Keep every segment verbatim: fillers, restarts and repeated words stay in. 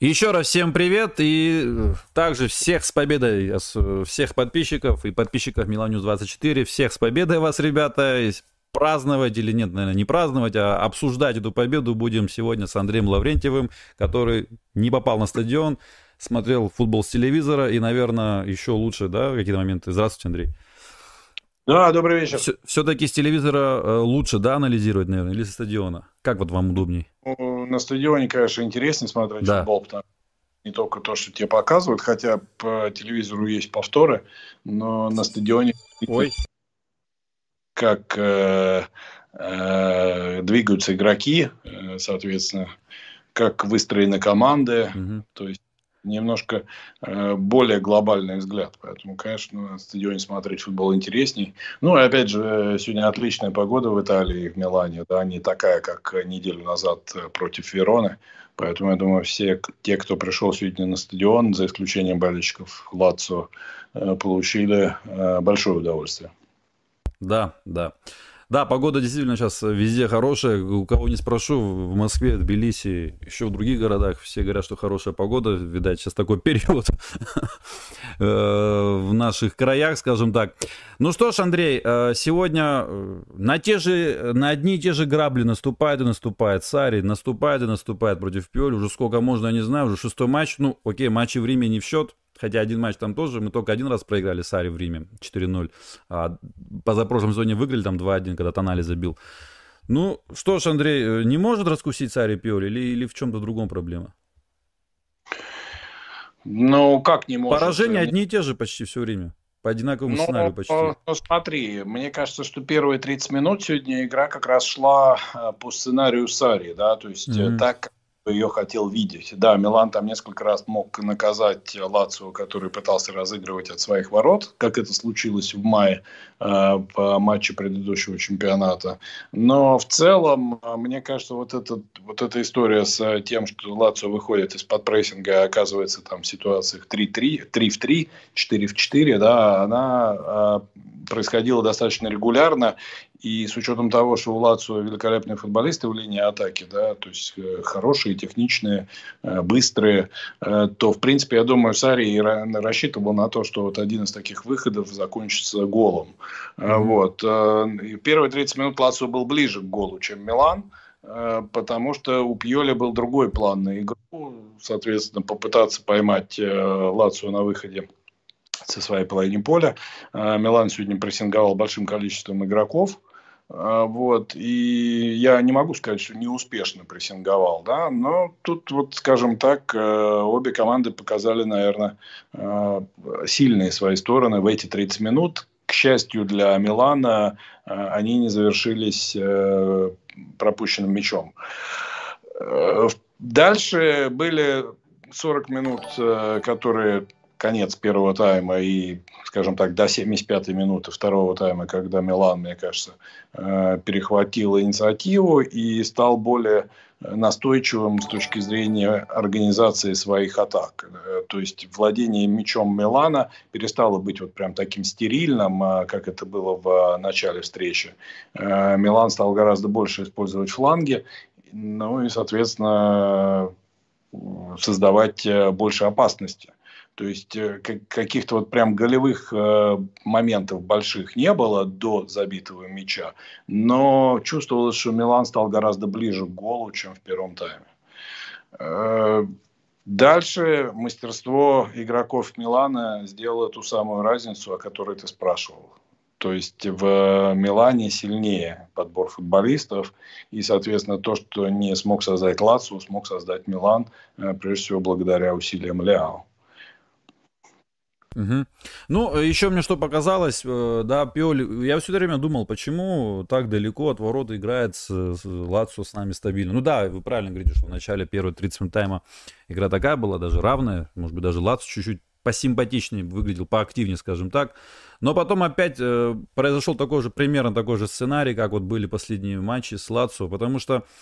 Еще раз всем привет и также всех с победой, всех подписчиков и подписчиков Миланьюз двадцать четыре, всех с победой вас, ребята. Праздновать или нет, наверное, не праздновать, а обсуждать эту победу будем сегодня с Андреем Лаврентьевым, который не попал на стадион, смотрел футбол с телевизора и, наверное, еще лучше, да, какие-то моменты. Здравствуйте, Андрей. Да, добрый вечер. Все, все-таки с телевизора лучше, да, анализировать, наверное, или со стадиона? Как вот вам удобней? Ну, на стадионе, конечно, интереснее смотреть да. футбол, потому что не только то, что тебе показывают, хотя по телевизору есть повторы, но на стадионе... Ой. Как э, э, двигаются игроки, э, соответственно, как выстроены команды, угу. То есть немножко э, более глобальный взгляд. Поэтому, конечно, на стадионе смотреть футбол интересней. Ну, и опять же, сегодня отличная погода в Италии, в Милане, да, не такая, как неделю назад против Вероны. Поэтому, я думаю, все те, кто пришел сегодня на стадион, за исключением болельщиков Лацио, э, получили э, большое удовольствие. Да, да. Да, погода действительно сейчас везде хорошая. У кого не спрошу, в Москве, в Тбилиси, еще в других городах все говорят, что хорошая погода. Видать, сейчас такой период в наших краях, скажем так. Ну что ж, Андрей, сегодня на те же, на одни и те же грабли наступает и наступает Сарри, наступает и наступает против Пиоли. Уже сколько можно, я не знаю, уже шестой матч. Ну, окей, матчи в Риме не в счет. Хотя один матч там тоже, мы только один раз проиграли Сарри в Риме, четыре ноль. А позапрошлом сезоне выиграли там два один, когда Тонали забил. Ну, что ж, Андрей, не может раскусить Сарри Пиоли или, или в чем-то другом проблема? Ну, как не может? Поражения одни и те же почти все время. По одинаковому ну, сценарию почти. Ну, смотри, мне кажется, что первые тридцать минут сегодня игра как раз шла по сценарию Сарри, да, то есть mm-hmm. так, ее хотел видеть. Да, Милан там несколько раз мог наказать Лацио, который пытался разыгрывать от своих ворот, как это случилось в мае э, по матчу предыдущего чемпионата. Но в целом, мне кажется, вот, этот, вот эта история с тем, что Лацио выходит из-под прессинга, оказывается там в ситуациях три-три, три в три, четыре в четыре, да, она э, происходила достаточно регулярно. И с учетом того, что у Лацио великолепные футболисты в линии атаки, да, то есть э, хорошие, техничные, э, быстрые, э, то, в принципе, я думаю, Сарри рассчитывал на то, что вот один из таких выходов закончится голом. Mm-hmm. Вот. Э, первые тридцать минут Лацио был ближе к голу, чем Милан, э, потому что у Пьоли был другой план на игру, соответственно, попытаться поймать э, Лацио на выходе со своей половины поля. Э, Милан сегодня прессинговал большим количеством игроков. Вот, и я не могу сказать, что неуспешно прессинговал, да, но тут, вот, скажем так, обе команды показали, наверное, сильные свои стороны в эти тридцать минут. К счастью для Милана, они не завершились пропущенным мячом. Дальше были сорок минут, которые... конец первого тайма и, скажем так, до семьдесят пятой минуты второго тайма, когда Милан, мне кажется, перехватил инициативу и стал более настойчивым с точки зрения организации своих атак. То есть владение мячом Милана перестало быть вот прям таким стерильным, как это было в начале встречи. Милан стал гораздо больше использовать фланги, ну и, соответственно, создавать больше опасности. То есть каких-то вот прям голевых э, моментов больших не было до забитого мяча, но чувствовалось, что Милан стал гораздо ближе к голу, чем в первом тайме. Э, дальше мастерство игроков Милана сделало ту самую разницу, о которой ты спрашивал. То есть в Милане сильнее подбор футболистов. И, соответственно, то, что не смог создать Лацио, смог создать Милан, э, прежде всего благодаря усилиям Леао. Угу. Ну, еще мне что показалось, да, Пиоли, я все время думал, почему так далеко от ворот играет с, с Лацио с нами стабильно. Ну да, вы правильно говорите, что в начале первой тридцать минут тайма игра такая была, даже равная, может быть, даже Лацио чуть-чуть посимпатичнее выглядел, поактивнее, скажем так. Но потом опять э, произошел такой же, примерно такой же сценарий, как вот были последние матчи с Лацио, потому что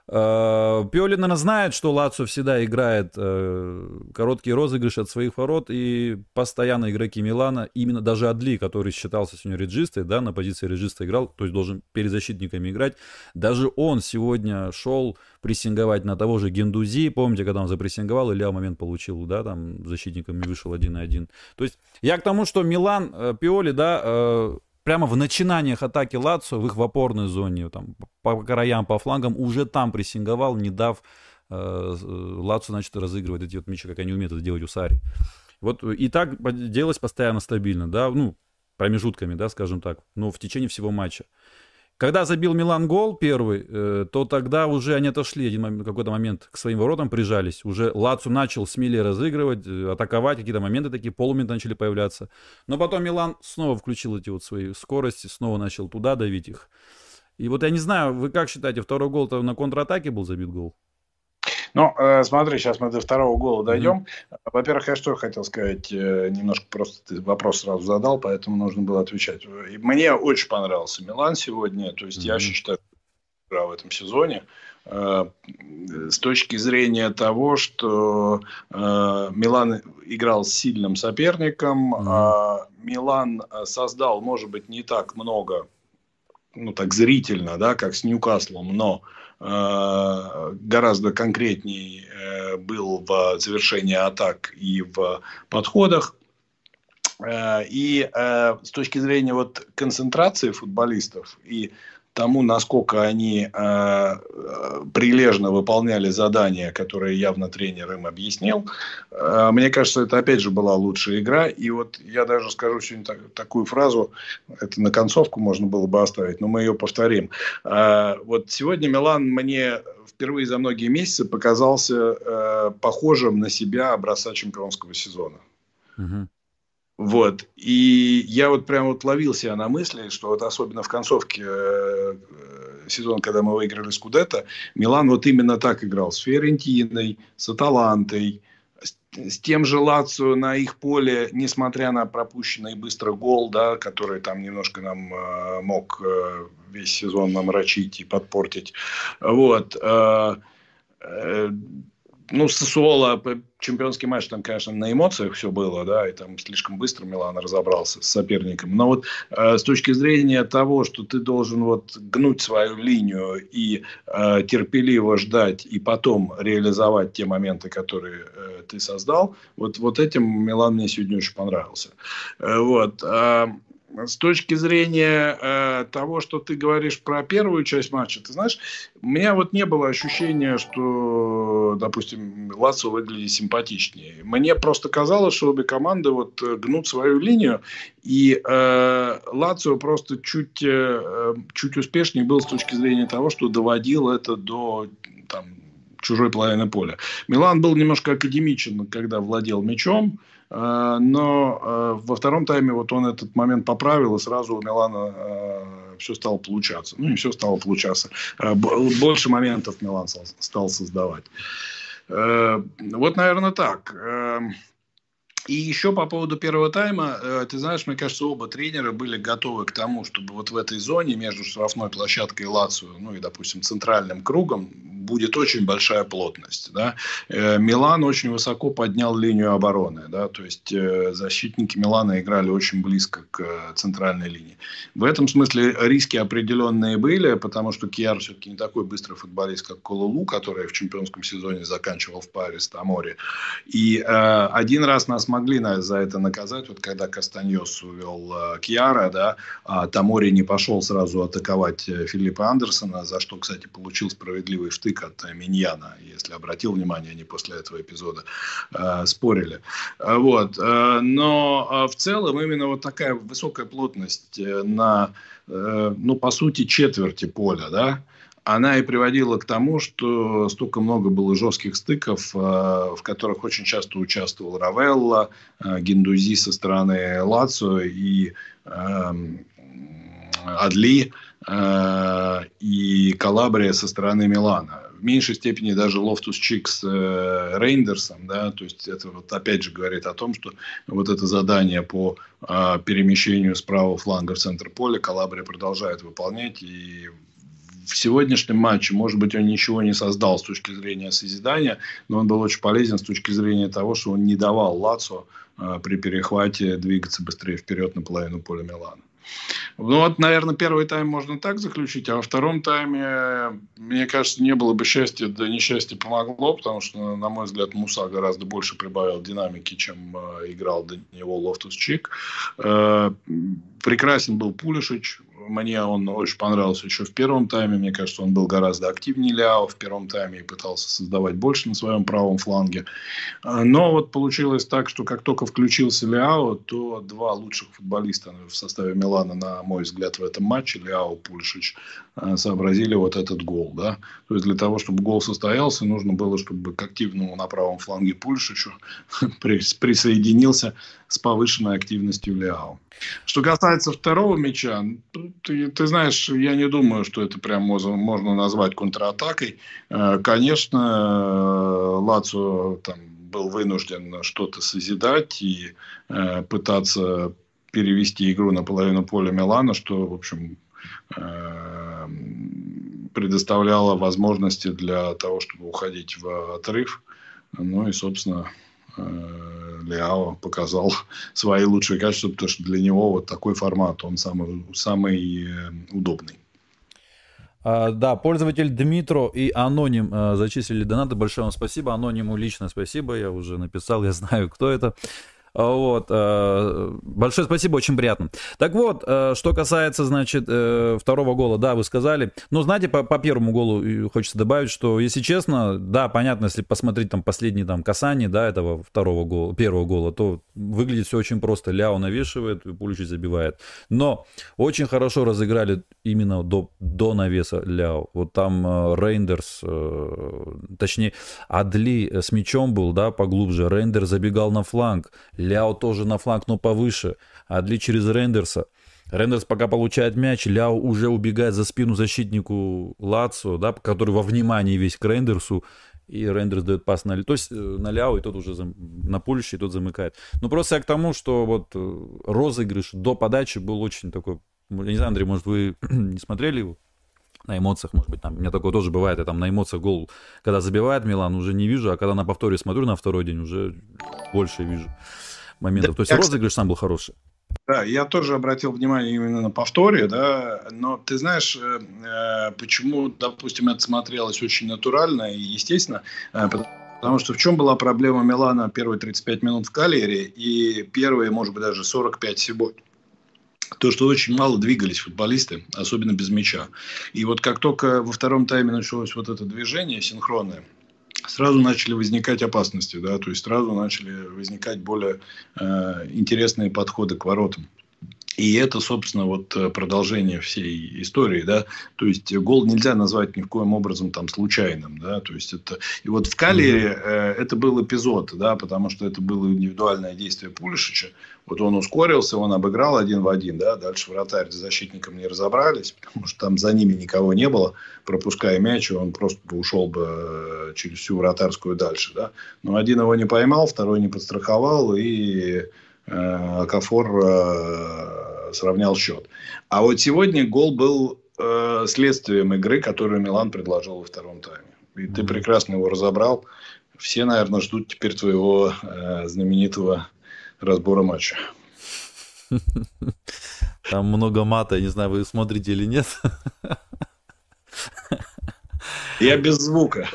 Пиоли, наверное, знает, что Лацио всегда играет э, короткие розыгрыши от своих ворот, и постоянно игроки Милана, именно даже Адли, который считался сегодня реджистой, да, на позиции реджиста играл, то есть должен перед защитниками играть, даже он сегодня шел прессинговать на того же Гендузи, помните, когда он запрессинговал, Илья момент получил, да, там защитниками вышел один на один. То есть я к тому, что Милан, э, Пиоли, да, э, прямо в начинаниях атаки Лацио, в их в опорной зоне, там, по краям, по флангам, уже там прессинговал, не дав э, Лацио, значит, разыгрывать эти вот мячи, как они умеют это делать у Сарри. Вот и так делалось постоянно стабильно, да, ну, промежутками, да, скажем так, но в течение всего матча. Когда забил Милан гол первый, э, то тогда уже они отошли один момент, какой-то момент к своим воротам, прижались. Уже Лацио начал смелее разыгрывать, э, атаковать, какие-то моменты такие, полуминуты начали появляться. Но потом Милан снова включил эти вот свои скорости, снова начал туда давить их. И вот я не знаю, вы как считаете, второй гол-то на контратаке был забит гол? Ну, э, смотри, сейчас мы до второго гола дойдем. Mm-hmm. Во-первых, я что хотел сказать, э, немножко просто ты вопрос сразу задал, поэтому нужно было отвечать. И мне очень понравился Милан сегодня, то есть mm-hmm. я считаю, что игра в этом сезоне э, с точки зрения того, что э, Милан играл с сильным соперником, mm-hmm. э, Милан создал, может быть, не так много, ну так зрительно, да, как с Ньюкаслом, но гораздо конкретней был в завершении атак и в подходах. И с точки зрения вот концентрации футболистов и тому, насколько они э, прилежно выполняли задания, которые явно тренер им объяснил, э, мне кажется, это опять же была лучшая игра. И вот я даже скажу сегодня так, такую фразу, это на концовку можно было бы оставить, но мы ее повторим. Э, вот сегодня Милан мне впервые за многие месяцы показался э, похожим на себя образца чемпионского сезона. Угу. Вот. И я вот прям вот ловил себя на мысли, что вот особенно в концовке э, сезона, когда мы выиграли Скудетто, Милан вот именно так играл. С Фиорентиной, с Аталантой, с, с тем же Лацио на их поле, несмотря на пропущенный быстро гол, да, который там немножко нам э, мог э, весь сезон намрачить и подпортить. Вот. Э, э, Ну, Сассуоло, чемпионский матч, там, конечно, на эмоциях все было, да, и там слишком быстро Милан разобрался с соперником. Но вот э, с точки зрения того, что ты должен вот гнуть свою линию и э, терпеливо ждать, и потом реализовать те моменты, которые э, ты создал, вот, вот этим Милан мне сегодня очень понравился. Э, вот. Э, С точки зрения э, того, что ты говоришь про первую часть матча, ты знаешь, у меня вот не было ощущения, что, допустим, Лацио выглядит симпатичнее. Мне просто казалось, что обе команды вот гнут свою линию, и э, Лацио просто чуть, э, чуть успешнее был с точки зрения того, что доводил это до там, чужой половины поля. Милан был немножко академичен, когда владел мячом, но во втором тайме вот он этот момент поправил, и сразу у Милана все стало получаться. Ну, не все стало получаться. Больше моментов Милан стал создавать. Вот, наверное, так. И еще по поводу первого тайма, ты знаешь, мне кажется, оба тренера были готовы к тому, чтобы вот в этой зоне между штрафной площадкой и Лацио, ну и, допустим, центральным кругом, будет очень большая плотность. Да? Милан очень высоко поднял линию обороны. Да? То есть защитники Милана играли очень близко к центральной линии. В этом смысле риски определенные были, потому что Кьяр все-таки не такой быстрый футболист, как Кололу, который в чемпионском сезоне заканчивал в паре с Тамори. И э, один раз нас могли за это наказать, вот когда Кастаньос увел э, Кьяра, да, а Тамори не пошел сразу атаковать Филиппа Андерсона, за что, кстати, получил справедливый штык от Миньяна. Если обратил внимание, они после этого эпизода э, спорили. Вот. Но э, в целом именно вот такая высокая плотность на, э, ну, по сути, четверти поля, да, она и приводила к тому, что столько много было жестких стыков, в которых очень часто участвовал Равелла, Гендузи со стороны Лацио и Адли и Калабрия со стороны Милана. В меньшей степени даже Лофтус-Чик с э, Рейндерсом, да, то есть это вот опять же говорит о том, что вот это задание по э, перемещению с правого фланга в центр поля Калабрия продолжает выполнять, и в сегодняшнем матче, может быть, он ничего не создал с точки зрения созидания, но он был очень полезен с точки зрения того, что он не давал Лацио э, при перехвате двигаться быстрее вперед на половину поля Милана. Ну вот, наверное, первый тайм можно так заключить, а во втором тайме, мне кажется, не было бы счастья, да несчастье помогло, потому что, на мой взгляд, Муса гораздо больше прибавил динамики, чем э, играл до него Лофтус-Чик. Э, прекрасен был Пулишич. Мне он очень понравился еще в первом тайме. Мне кажется, он был гораздо активнее Ляо в первом тайме и пытался создавать больше на своем правом фланге. Но вот получилось так, что как только включился Ляо, то два лучших футболиста в составе Милана, на мой взгляд, в этом матче, Ляо, Пулишич, сообразили вот этот гол. Да? То есть для того, чтобы гол состоялся, нужно было, чтобы к активному на правом фланге Пулишичу присоединился с повышенной активностью Ляо. Что касается второго мяча, ты, ты знаешь, я не думаю, что это прям можно, можно назвать контратакой. Конечно, Лацио там был вынужден что-то созидать и э, пытаться перевести игру на половину поля Милана, что, в общем, э, предоставляло возможности для того, чтобы уходить в отрыв. Ну и, собственно, Ляо показал свои лучшие качества, потому что для него вот такой формат, он самый, самый удобный. А, да, пользователь Дмитро и Аноним а, зачислили донаты. Большое вам спасибо. Анониму лично спасибо. Я уже написал, я знаю, кто это. Вот, большое спасибо, очень приятно. Так вот, что касается, значит, второго гола, да, вы сказали. Но, знаете, по, по первому голу хочется добавить, что, если честно, да, понятно, если посмотреть там последние там касания, да, этого второго гола, первого гола, то выглядит все очень просто. Ляо навешивает, Пулишич забивает. Но очень хорошо разыграли именно до, до навеса Ляо. Вот там Рейндерс, точнее, Адли с мячом был, да, поглубже. Рейндерс забегал на фланг. Ляо тоже на фланг, но повыше. Адли через Рейндерса. Рейндерс пока получает мяч, Ляо уже убегает за спину защитнику Лацио, да, который во внимании весь к Рейндерсу. И Рейндерс дает пас на, то есть, на Ляо, и тот уже зам, на Пулишича, и тот замыкает. Ну, просто я к тому, что вот розыгрыш до подачи был очень такой... Я не знаю, Андрей, может, вы не смотрели его? На эмоциях, может быть, там, у меня такое тоже бывает, я там на эмоциях гол, когда забивает Милан, уже не вижу, а когда на повторе смотрю на второй день, уже больше вижу моментов. Да, то есть розыгрыш сам был хороший. Да, я тоже обратил внимание именно на повторе, да, но ты знаешь, э, почему, допустим, это смотрелось очень натурально и естественно, э, потому что в чем была проблема Милана первые тридцать пять минут в Кальяри и первые, может быть, даже сорок пять сегодня. То, что очень мало двигались футболисты, особенно без мяча. И вот как только во втором тайме началось вот это движение синхронное, сразу начали возникать опасности, да, то есть сразу начали возникать более э, интересные подходы к воротам. И это, собственно, вот продолжение всей истории, да, то есть гол нельзя назвать ни в коем образом там случайным, да, то есть это, и вот в Кальяри э, это был эпизод, да, потому что это было индивидуальное действие Пулишича, вот он ускорился, он обыграл один в один, да, дальше вратарь с защитником не разобрались, потому что там за ними никого не было, пропуская мяч, он просто ушел бы через всю вратарскую дальше, да, но один его не поймал, второй не подстраховал, и э, Окафор э, сравнял счет. А вот сегодня гол был э, следствием игры, которую Милан предложил во втором тайме. И ты прекрасно его разобрал. Все, наверное, ждут теперь твоего э, знаменитого разбора матча. Там много мата, я не знаю, вы смотрите или нет. Я без звука.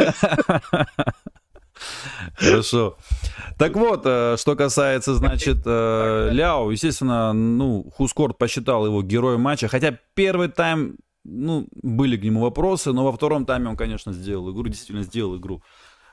Хорошо. Так вот, что касается, значит, Ляо, естественно, ну, Хускорт посчитал его героем матча, хотя первый тайм, ну, были к нему вопросы, но во втором тайме он, конечно, сделал игру, действительно сделал игру.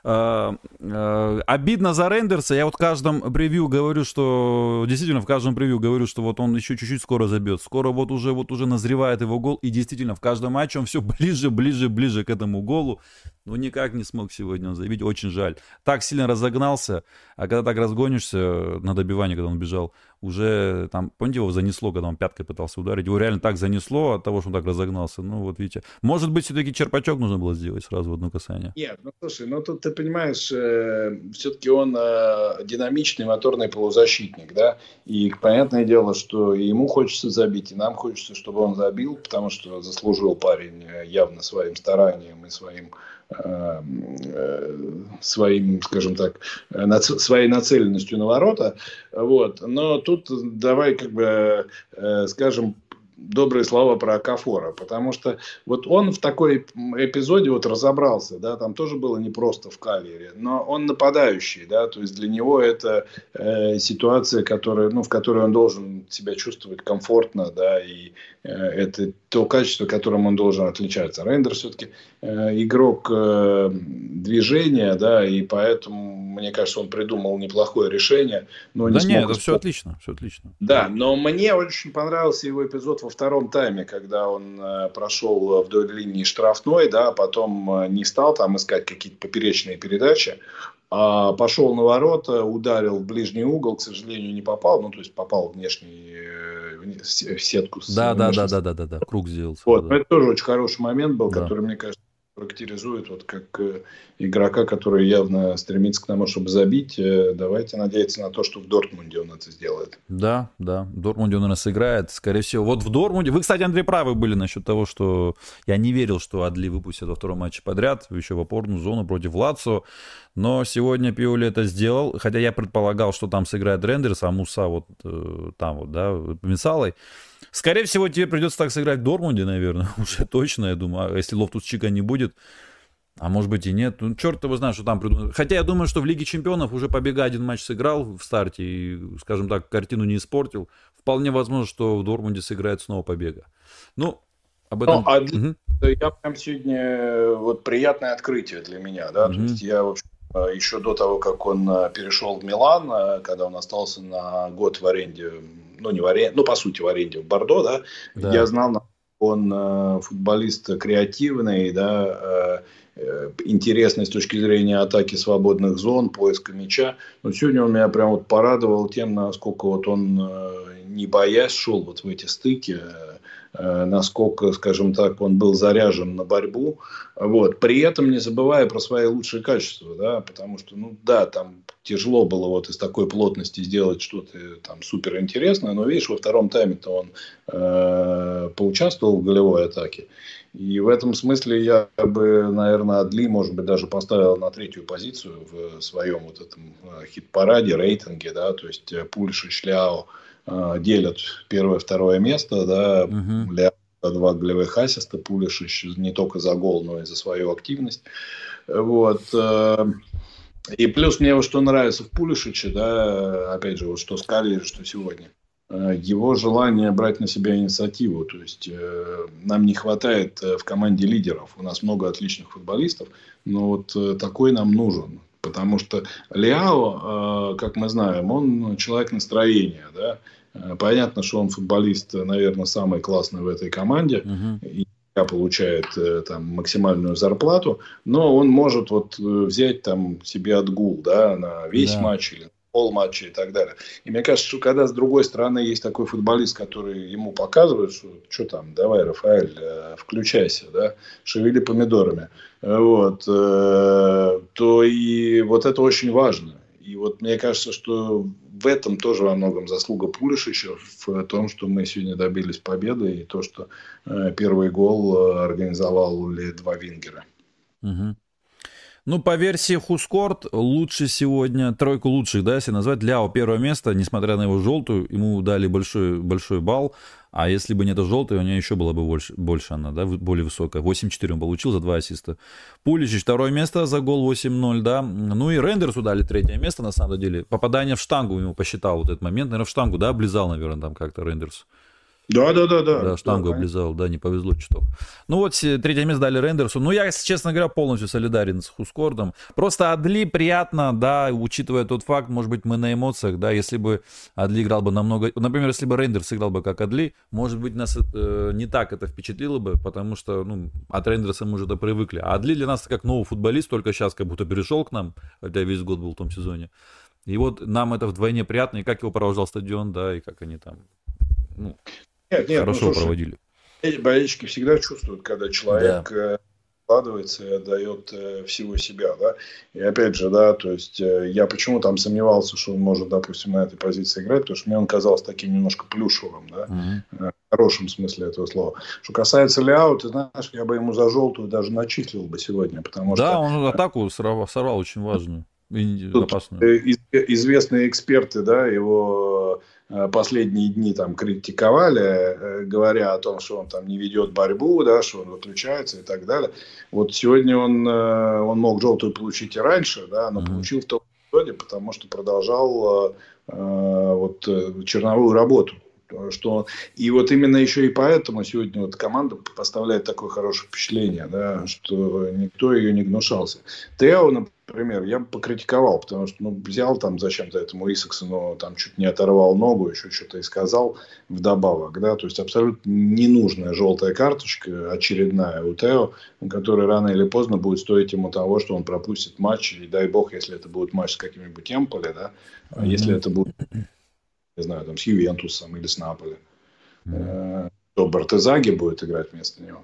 Обидно за Рейндерса. Я вот в каждом превью говорю, что действительно в каждом превью говорю, что вот он еще чуть-чуть скоро забьет. Скоро вот уже вот уже назревает его гол. И действительно в каждом матче он все ближе, ближе, ближе к этому голу. Но никак не смог сегодня он забить. Очень жаль. Так сильно разогнался. А когда так разгонишься на добивание, когда он бежал, уже там, помните, его занесло, когда он пяткой пытался ударить, его реально так занесло от того, что он так разогнался. Ну, вот видите, может быть, все-таки черпачок нужно было сделать сразу в одно касание. Нет, ну слушай, ну тут ты понимаешь, э, все-таки он э, динамичный моторный полузащитник, да, и понятное дело, что и ему хочется забить, и нам хочется, чтобы он забил, потому что заслужил парень явно своим старанием и своим, э, э, своим, скажем так, нац- своей нацеленностью на ворота, вот. Но тут давай как бы э, скажем добрые слова про Окафора, потому что вот он в такой эпизоде вот разобрался, да, там тоже было непросто в кавере, но он нападающий, да, то есть для него это э, ситуация, которая, ну, в которой он должен себя чувствовать комфортно, да, и э, это то качество, которым он должен отличаться. Рейндерс все-таки э, игрок э, движения, да, и поэтому, мне кажется, он придумал неплохое решение, но Да не нет, смог это все отлично, все отлично. да, но мне очень понравился его эпизод во втором тайме, когда он э, прошел вдоль линии штрафной, да, а потом э, не стал там искать какие-то поперечные передачи, а пошел на ворота, ударил в ближний угол, к сожалению, не попал, ну, то есть попал в внешний, э, в сетку. С, Да, да, внешней... да, да, да, да, да, круг сделал. Вот, Да. это тоже очень хороший момент был, Да. который, мне кажется, характеризует вот как э, игрока, который явно стремится к тому, чтобы забить. Э, давайте надеяться на то, что в Дортмунде он это сделает. Да, да, в Дортмунде он у нас играет, скорее всего. Вот в Дортмунде... Вы, кстати, Андрей, правы были насчет того, что я не верил, что Адли выпустят во втором матче подряд, еще в опорную зону против Лацио. Но сегодня Пиоли это сделал, хотя я предполагал, что там сыграет Рендерс, а Муса вот э, там вот, да, Мисалой. Скорее всего, тебе придется так сыграть в Дортмунде, наверное, уже точно, я думаю. А если Лофтус-Чика не будет, а может быть и нет, ну, черт его знает, что там придумают. Хотя я думаю, что в Лиге Чемпионов уже Побега один матч сыграл в старте и, скажем так, картину не испортил. Вполне возможно, что в Дортмунде сыграет снова Побега. Ну, об этом... Ну, а для... угу. я прям сегодня вот приятное открытие для меня, да, угу. то есть я, в общем, еще до того, как он перешел в Милан, когда он остался на год в аренде, ну, не в аренде, ну, по сути, в аренде в Бордо, да, да. Я знал, он футболист креативный, да, интересный с точки зрения атаки свободных зон, поиска мяча. Но сегодня он меня прям вот порадовал тем, насколько вот он, не боясь, шел вот в эти стыки, насколько, скажем так, он был заряжен на борьбу, вот, при этом не забывая про свои лучшие качества, да, потому что, ну, да, там тяжело было вот из такой плотности сделать что-то там суперинтересное, но, видишь, во втором тайме-то он э, поучаствовал в голевой атаке, и в этом смысле я бы, наверное, Адли, может быть, даже поставил на третью позицию в своем вот этом хит-параде, рейтинге, да, то есть Пульш и Шляо делят первое-второе место, да, угу. Ля два голевых ассиста, Пулишич не только за гол, но и за свою активность. Вот. И плюс мне вот что нравится в Пулишиче, да, опять же, вот что сказали, что сегодня, его желание брать на себя инициативу. То есть нам не хватает в команде лидеров. У нас много отличных футболистов, но вот такой нам нужен. Потому что Леао, как мы знаем, он человек настроения, да. Понятно, что он футболист, наверное, самый классный в этой команде. Uh-huh. И получает там максимальную зарплату. Но он может вот взять там себе отгул, да, на весь yeah. матч или полматча и так далее. И мне кажется, что когда с другой стороны есть такой футболист, который ему показывает, что что там, давай, Рафаэль, включайся, да, шевели помидорами, вот, то и вот это очень важно. И вот мне кажется, что в этом тоже во многом заслуга Пулишича, в том, что мы сегодня добились победы, и то, что первый гол организовали два вингера. Угу. Ну, по версии Хускорт, лучше сегодня, тройку лучших, да, если назвать, Ляо первое место, несмотря на его желтую, ему дали большой, большой балл, а если бы не это желтое, у него еще была бы больше, больше она, да, более высокая, восемь четыре он получил за два ассиста. Пуличич второе место за гол восемь ноль, да, ну и Рендерсу дали третье место, на самом деле, попадание в штангу ему посчитал вот этот момент, наверное, в штангу, да, облизал, наверное, там как-то Рендерс. Да, да, да, да. Да, штангу да, облизал, да, не повезло чуток. Ну вот, третье место дали Рендерсу. Ну, я, честно говоря, полностью солидарен с Хускордом. Просто Адли приятно, да, учитывая тот факт, может быть, мы на эмоциях, да, если бы Адли играл бы намного... Например, если бы Рендерс играл бы как Адли, может быть, нас э, не так это впечатлило бы, потому что, ну, от Рендерса мы уже-то привыкли. А Адли для нас как новый футболист, только сейчас как будто перешел к нам, хотя весь год был в том сезоне. И вот нам это вдвойне приятно, и как его провожал стадион, да, и как они там, ну, нет, нет, хорошо ну, слушай, проводили. эти болельщики всегда чувствуют, когда человек Да. вкладывается и отдает всего себя, да. И опять же, да, то есть я почему там сомневался, что он может, допустим, на этой позиции играть, потому что мне он казался таким немножко плюшевым, да, Угу. в хорошем смысле этого слова. Что касается Ляо, ты знаешь, я бы ему за желтую даже начислил бы сегодня, потому Да, что он атаку сорвал, сорвал очень важную и тут опасную. из- известные эксперты, да, его э, последние дни там критиковали, э, говоря о том, что он там не ведет борьбу, да, что он выключается и так далее. Вот сегодня он, э, он мог желтую получить и раньше, да, но Угу. получил в том эпизоде, потому что продолжал э, э, вот э, черновую работу. Что... И вот именно еще и поэтому сегодня вот команда поставляет такое хорошее впечатление, да, что никто ее не гнушался. Тео, например, я бы покритиковал, потому что ну, взял там зачем-то этому Исаксону, там чуть не оторвал ногу, еще что-то и сказал вдобавок, да, то есть абсолютно ненужная желтая карточка очередная у Тео, которая рано или поздно будет стоить ему того, что он пропустит матч, и дай бог, если это будет матч с каким-нибудь Эмполи, да, а если это будет, не знаю, там, с Ювентусом или с Наполи, Угу. то Бартезаги будет играть вместо него.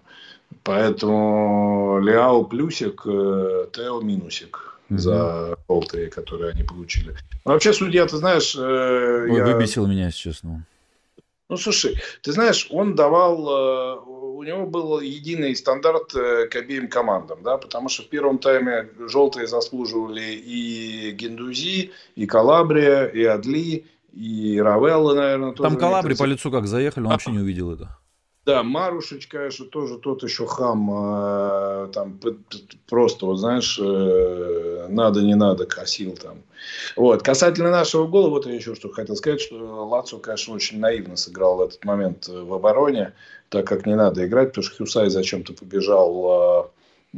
Поэтому Леао плюсик, Тео минусик Угу. за желтые, которые они получили. Но вообще, судья, ты знаешь, Ой, я... выбесил меня, если честно. Ну, слушай, ты знаешь, он давал... У него был единый стандарт к обеим командам, да, потому что в первом тайме желтые заслуживали и Гендузи, и Калабрия, и Адли, и Равелла, наверное, тоже. Там Калабри по лицу как заехали, он вообще не увидел это. Да, Марушич, конечно, тоже тот еще хам. Э, там просто, вот знаешь, э, надо, не надо, косил там. Вот. Касательно нашего гола, вот я еще что хотел сказать, что Лацио, конечно, очень наивно сыграл в этот момент в обороне, так как не надо играть, потому что Хюсай зачем-то побежал...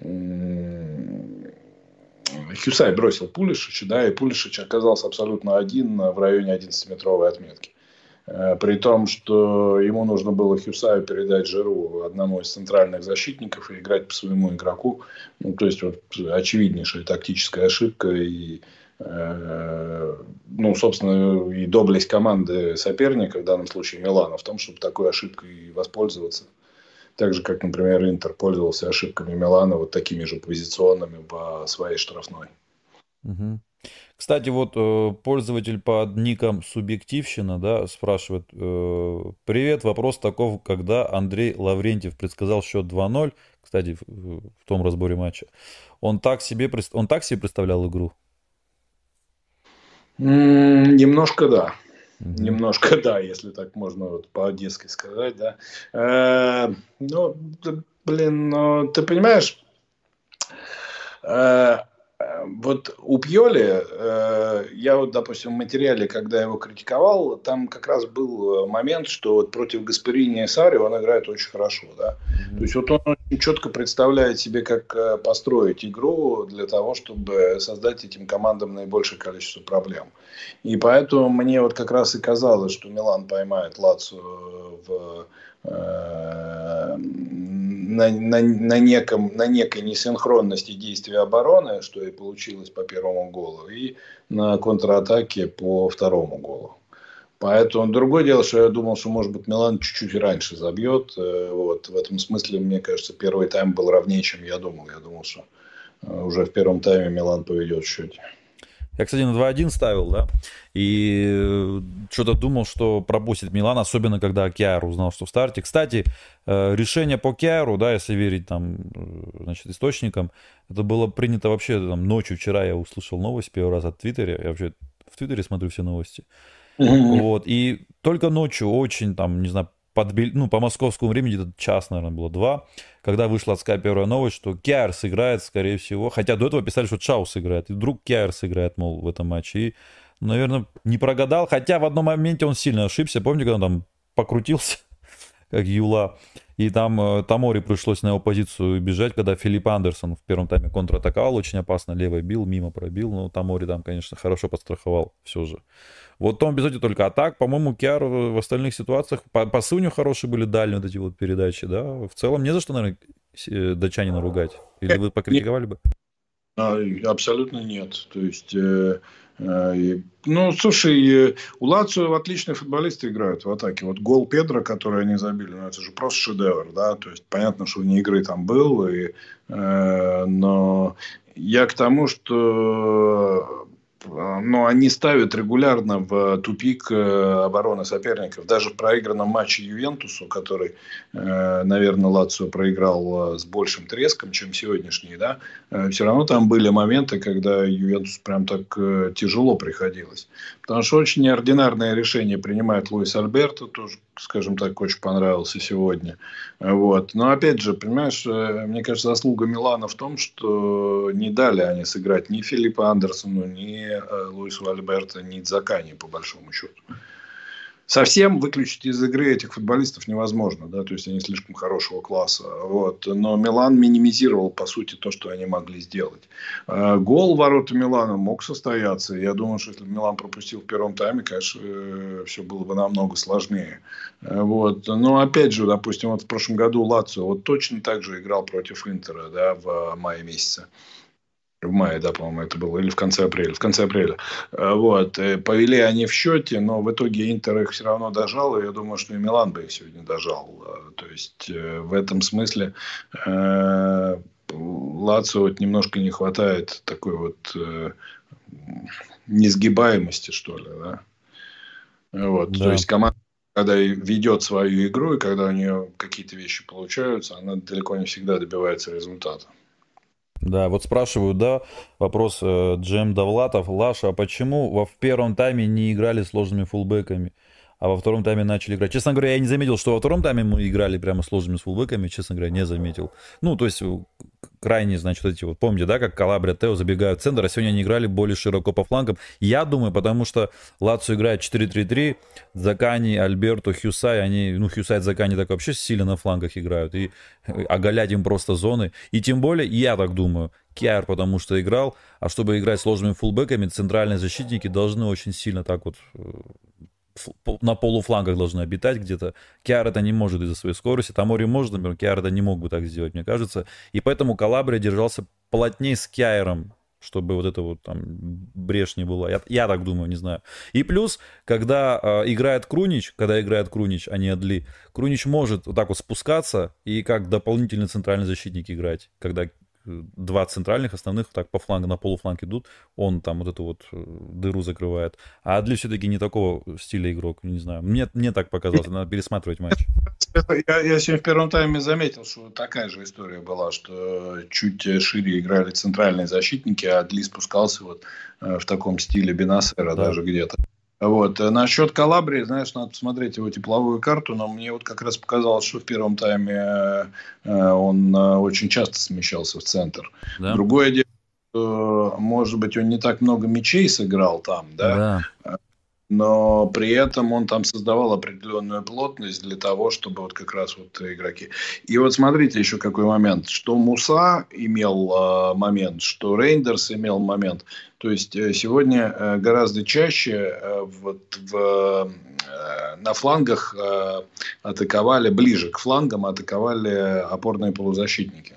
Э, Хюсай бросил Пулишича, да, и Пулишич оказался абсолютно один в районе одиннадцатиметровой отметки. При том, что ему нужно было Хюсаю передать Жиру, одному из центральных защитников, и играть по своему игроку. Ну, то есть, вот, очевиднейшая тактическая ошибка. И, э, ну, собственно, и доблесть команды соперника, в данном случае Милана, в том, чтобы такой ошибкой воспользоваться. Так же, как, например, Интер пользовался ошибками Милана, вот такими же позиционными по своей штрафной. Угу. Кстати, вот э, пользователь под ником Субъективщина, да, спрашивает, э, привет, вопрос таков, когда Андрей Лаврентьев предсказал счет два ноль, кстати, в, в том разборе матча, он так себе, он так себе представлял игру? Mm, немножко да. Угу. Немножко да, если так можно вот по-одесски сказать, да. Э, ну, блин, ну, ты понимаешь, э, вот у Пьоли, э, я вот, допустим, в материале, когда его критиковал, там как раз был момент, что вот против Гасперини и Сарри он играет очень хорошо, да. Mm-hmm. То есть вот он очень четко представляет себе, как построить игру для того, чтобы создать этим командам наибольшее количество проблем. И поэтому мне вот как раз и казалось, что Милан поймает Лацио в... Э, На, на, на, неком, на некой несинхронности действий обороны, что и получилось по первому голу, и на контратаке по второму голу. Поэтому другое дело, что я думал, что, может быть, Милан чуть-чуть раньше забьет. Вот. В этом смысле, мне кажется, первый тайм был ровнее, чем я думал. Я думал, что уже в первом тайме Милан поведет в счете. Я, кстати, на два один ставил, да, и что-то думал, что пропустит Милан, особенно когда Кьяр узнал, что в старте. Кстати, решение по Кьяру, да, если верить там, значит, источникам, это было принято вообще там ночью. Вчера я услышал новость первый раз от Твиттера, я вообще в Твиттере смотрю все новости. Mm-hmm. Вот, и только ночью очень там, не знаю, подбили, ну, по московскому времени где-то час, наверное, было два, когда вышла от Sky первая новость, что Кьяр сыграет, скорее всего, хотя до этого писали, что Чао сыграет, и вдруг Кьяр сыграет, мол, в этом матче, и, наверное, не прогадал, хотя в одном моменте он сильно ошибся, помните, когда он там покрутился, как Юла, и там э, Тамори пришлось на его позицию бежать, когда Филипп Андерсон в первом тайме контратаковал, очень опасно, левой бил, мимо пробил, но Тамори там, конечно, хорошо подстраховал все же. Вот в том эпизоде только а так, по-моему, Кьяр в остальных ситуациях, по, по Суню хорошие были дальние вот эти вот передачи, да, в целом не за что, наверное, датчанина ругать, или вы покритиковали бы? А, абсолютно нет. То есть, э, э, ну, слушай, э, у Лацио отличные футболисты играют в атаке. Вот гол Педро, который они забили, ну, это же просто шедевр, да. То есть, понятно, что вне игры там был, и, э, но я к тому, что но они ставят регулярно в тупик обороны соперников. Даже в проигранном матче Ювентусу, который, наверное, Лацио проиграл с большим треском, чем сегодняшний, да, все равно там были моменты, когда Ювентус прям так тяжело приходилось. Потому что очень неординарное решение принимает Луис Альберто, тоже, скажем так, очень понравился сегодня. Вот. Но опять же, понимаешь, мне кажется, заслуга Милана в том, что не дали они сыграть ни Филиппу Андерсону, ни Луису Альберто, ни Дзакани, по большому счету. Совсем выключить из игры этих футболистов невозможно, да, то есть они слишком хорошего класса. Вот. Но Милан минимизировал, по сути, то, что они могли сделать. Гол в ворота Милана мог состояться. Я думаю, что если бы Милан пропустил в первом тайме, конечно, все было бы намного сложнее. Вот. Но опять же, допустим, вот в прошлом году Лацио вот точно так же играл против Интера, да, в мае месяце. В мае, да, по-моему, это было. Или в конце апреля. В конце апреля. Вот. Повели они в счете, но в итоге Интер их все равно дожал. И я думаю, что и Милан бы их сегодня дожал. То есть, в этом смысле Лацио вот немножко не хватает такой вот несгибаемости, что ли. Да? Вот. Да. То есть, команда, когда ведет свою игру, и когда у нее какие-то вещи получаются, она далеко не всегда добивается результата. Да, вот спрашивают, да, вопрос э, Джем Давлатов. Лаша, а почему во в первом тайме не играли сложными фулбэками, а во втором тайме начали играть? Честно говоря, я не заметил, что во втором тайме мы играли прямо сложными фулбэками, честно говоря, не заметил. Ну, то есть, крайне, значит, эти вот, помните, да, как Калабрия, Тео забегают в центр, а сегодня они играли более широко по флангам. Я думаю, потому что Лацио играет четыре три три, Дзакани, Альберто, Хьюсай, они, ну, Хьюсай, Дзакани так вообще сильно на флангах играют, и оголять им просто зоны. И тем более, я так думаю, Кьяр потому что играл, а чтобы играть сложными фулбэками, центральные защитники должны очень сильно так вот на полуфлангах должны обитать где-то. Кьяр это не может из-за своей скорости. Тамори может, например, Кьяр это не мог бы так сделать, мне кажется. И поэтому Калабрия держался плотнее с Кьяром, чтобы вот это вот там брешь не была. Я, я так думаю, не знаю. И плюс, когда э, играет Крунич, когда играет Крунич, а не Адли, Крунич может вот так вот спускаться и как дополнительный центральный защитник играть, когда два центральных основных так по флангу, на полуфланг идут, он там вот эту вот дыру закрывает. А Адли все-таки не такого стиля игрок, не знаю. Мне, мне так показалось, надо пересматривать матч. Я, я сегодня в первом тайме заметил, что такая же история была, что чуть шире играли центральные защитники, а Адли спускался вот в таком стиле Бенасера, да, даже где-то. Вот. Насчет Калабрии, знаешь, надо посмотреть его тепловую карту, но мне вот как раз показалось, что в первом тайме он очень часто смещался в центр. Да? Другое дело, что, может быть, он не так много мячей сыграл там, да? Да. Но при этом он там создавал определенную плотность для того, чтобы вот как раз вот игроки. И вот смотрите еще какой момент, что Муса имел э, момент, что Рейндерс имел момент. То есть э, сегодня э, гораздо чаще э, вот в, э, на флангах э, атаковали, ближе к флангам атаковали опорные полузащитники.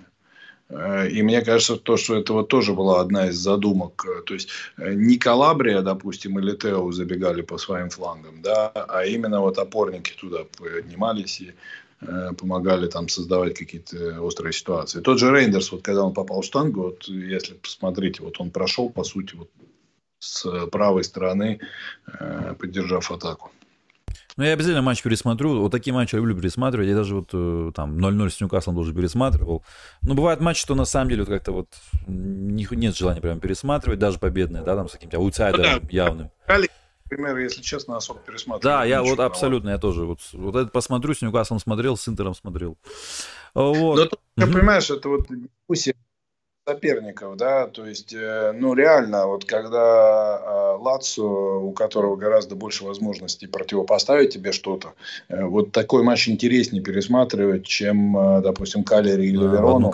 И мне кажется, то, что это вот тоже была одна из задумок. То есть не Калабрия, допустим, или Тео забегали по своим флангам, да, а именно вот опорники туда поднимались и э, помогали там создавать какие-то острые ситуации. Тот же Рейндерс, вот когда он попал в штангу, вот если посмотрите, вот он прошел, по сути, вот с правой стороны, э, поддержав атаку. Ну, я обязательно матч пересмотрю. Вот такие матчи я люблю пересматривать. Я даже вот там ноль ноль с Ньюкаслом тоже пересматривал. Но бывает матч, что на самом деле вот как-то вот нет желания прям пересматривать, даже победные, да, там с каким-то аутсайдером явным. Например, если честно, особо пересматривать. Да, я вот абсолютно, я тоже вот, вот это посмотрю, с Ньюкаслом смотрел, с Интером смотрел. Вот. Но ты угу. понимаешь, это вот дискуссия соперников, да, то есть, ну, реально, вот когда Лацио, у которого гораздо больше возможностей противопоставить тебе что-то, вот такой матч интереснее пересматривать, чем, допустим, Калери или да, Верону,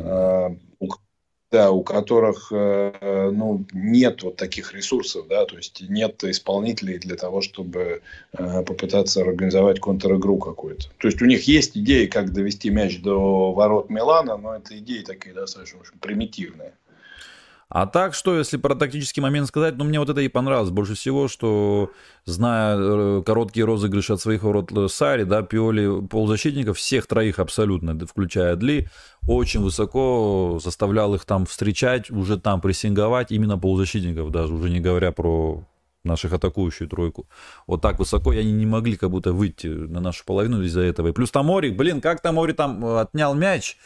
у, да, у которых, ну, нет вот таких ресурсов, да, то есть нет исполнителей для того, чтобы попытаться организовать контр-игру какую-то. То есть у них есть идеи, как довести мяч до ворот Милана, но это идеи такие достаточно, в общем, примитивные. А так что, если про тактический момент сказать, ну, мне вот это и понравилось больше всего, что, зная э, короткие розыгрыши от своих ворот Сари, да, Пиоли полузащитников, всех троих абсолютно, включая Дли, очень высоко заставлял их там встречать, уже там прессинговать, именно полузащитников даже, уже не говоря про наших атакующую тройку. Вот так высоко, и они не могли как будто выйти на нашу половину из-за этого. И плюс Тамори, блин, как Тамори там отнял мяч,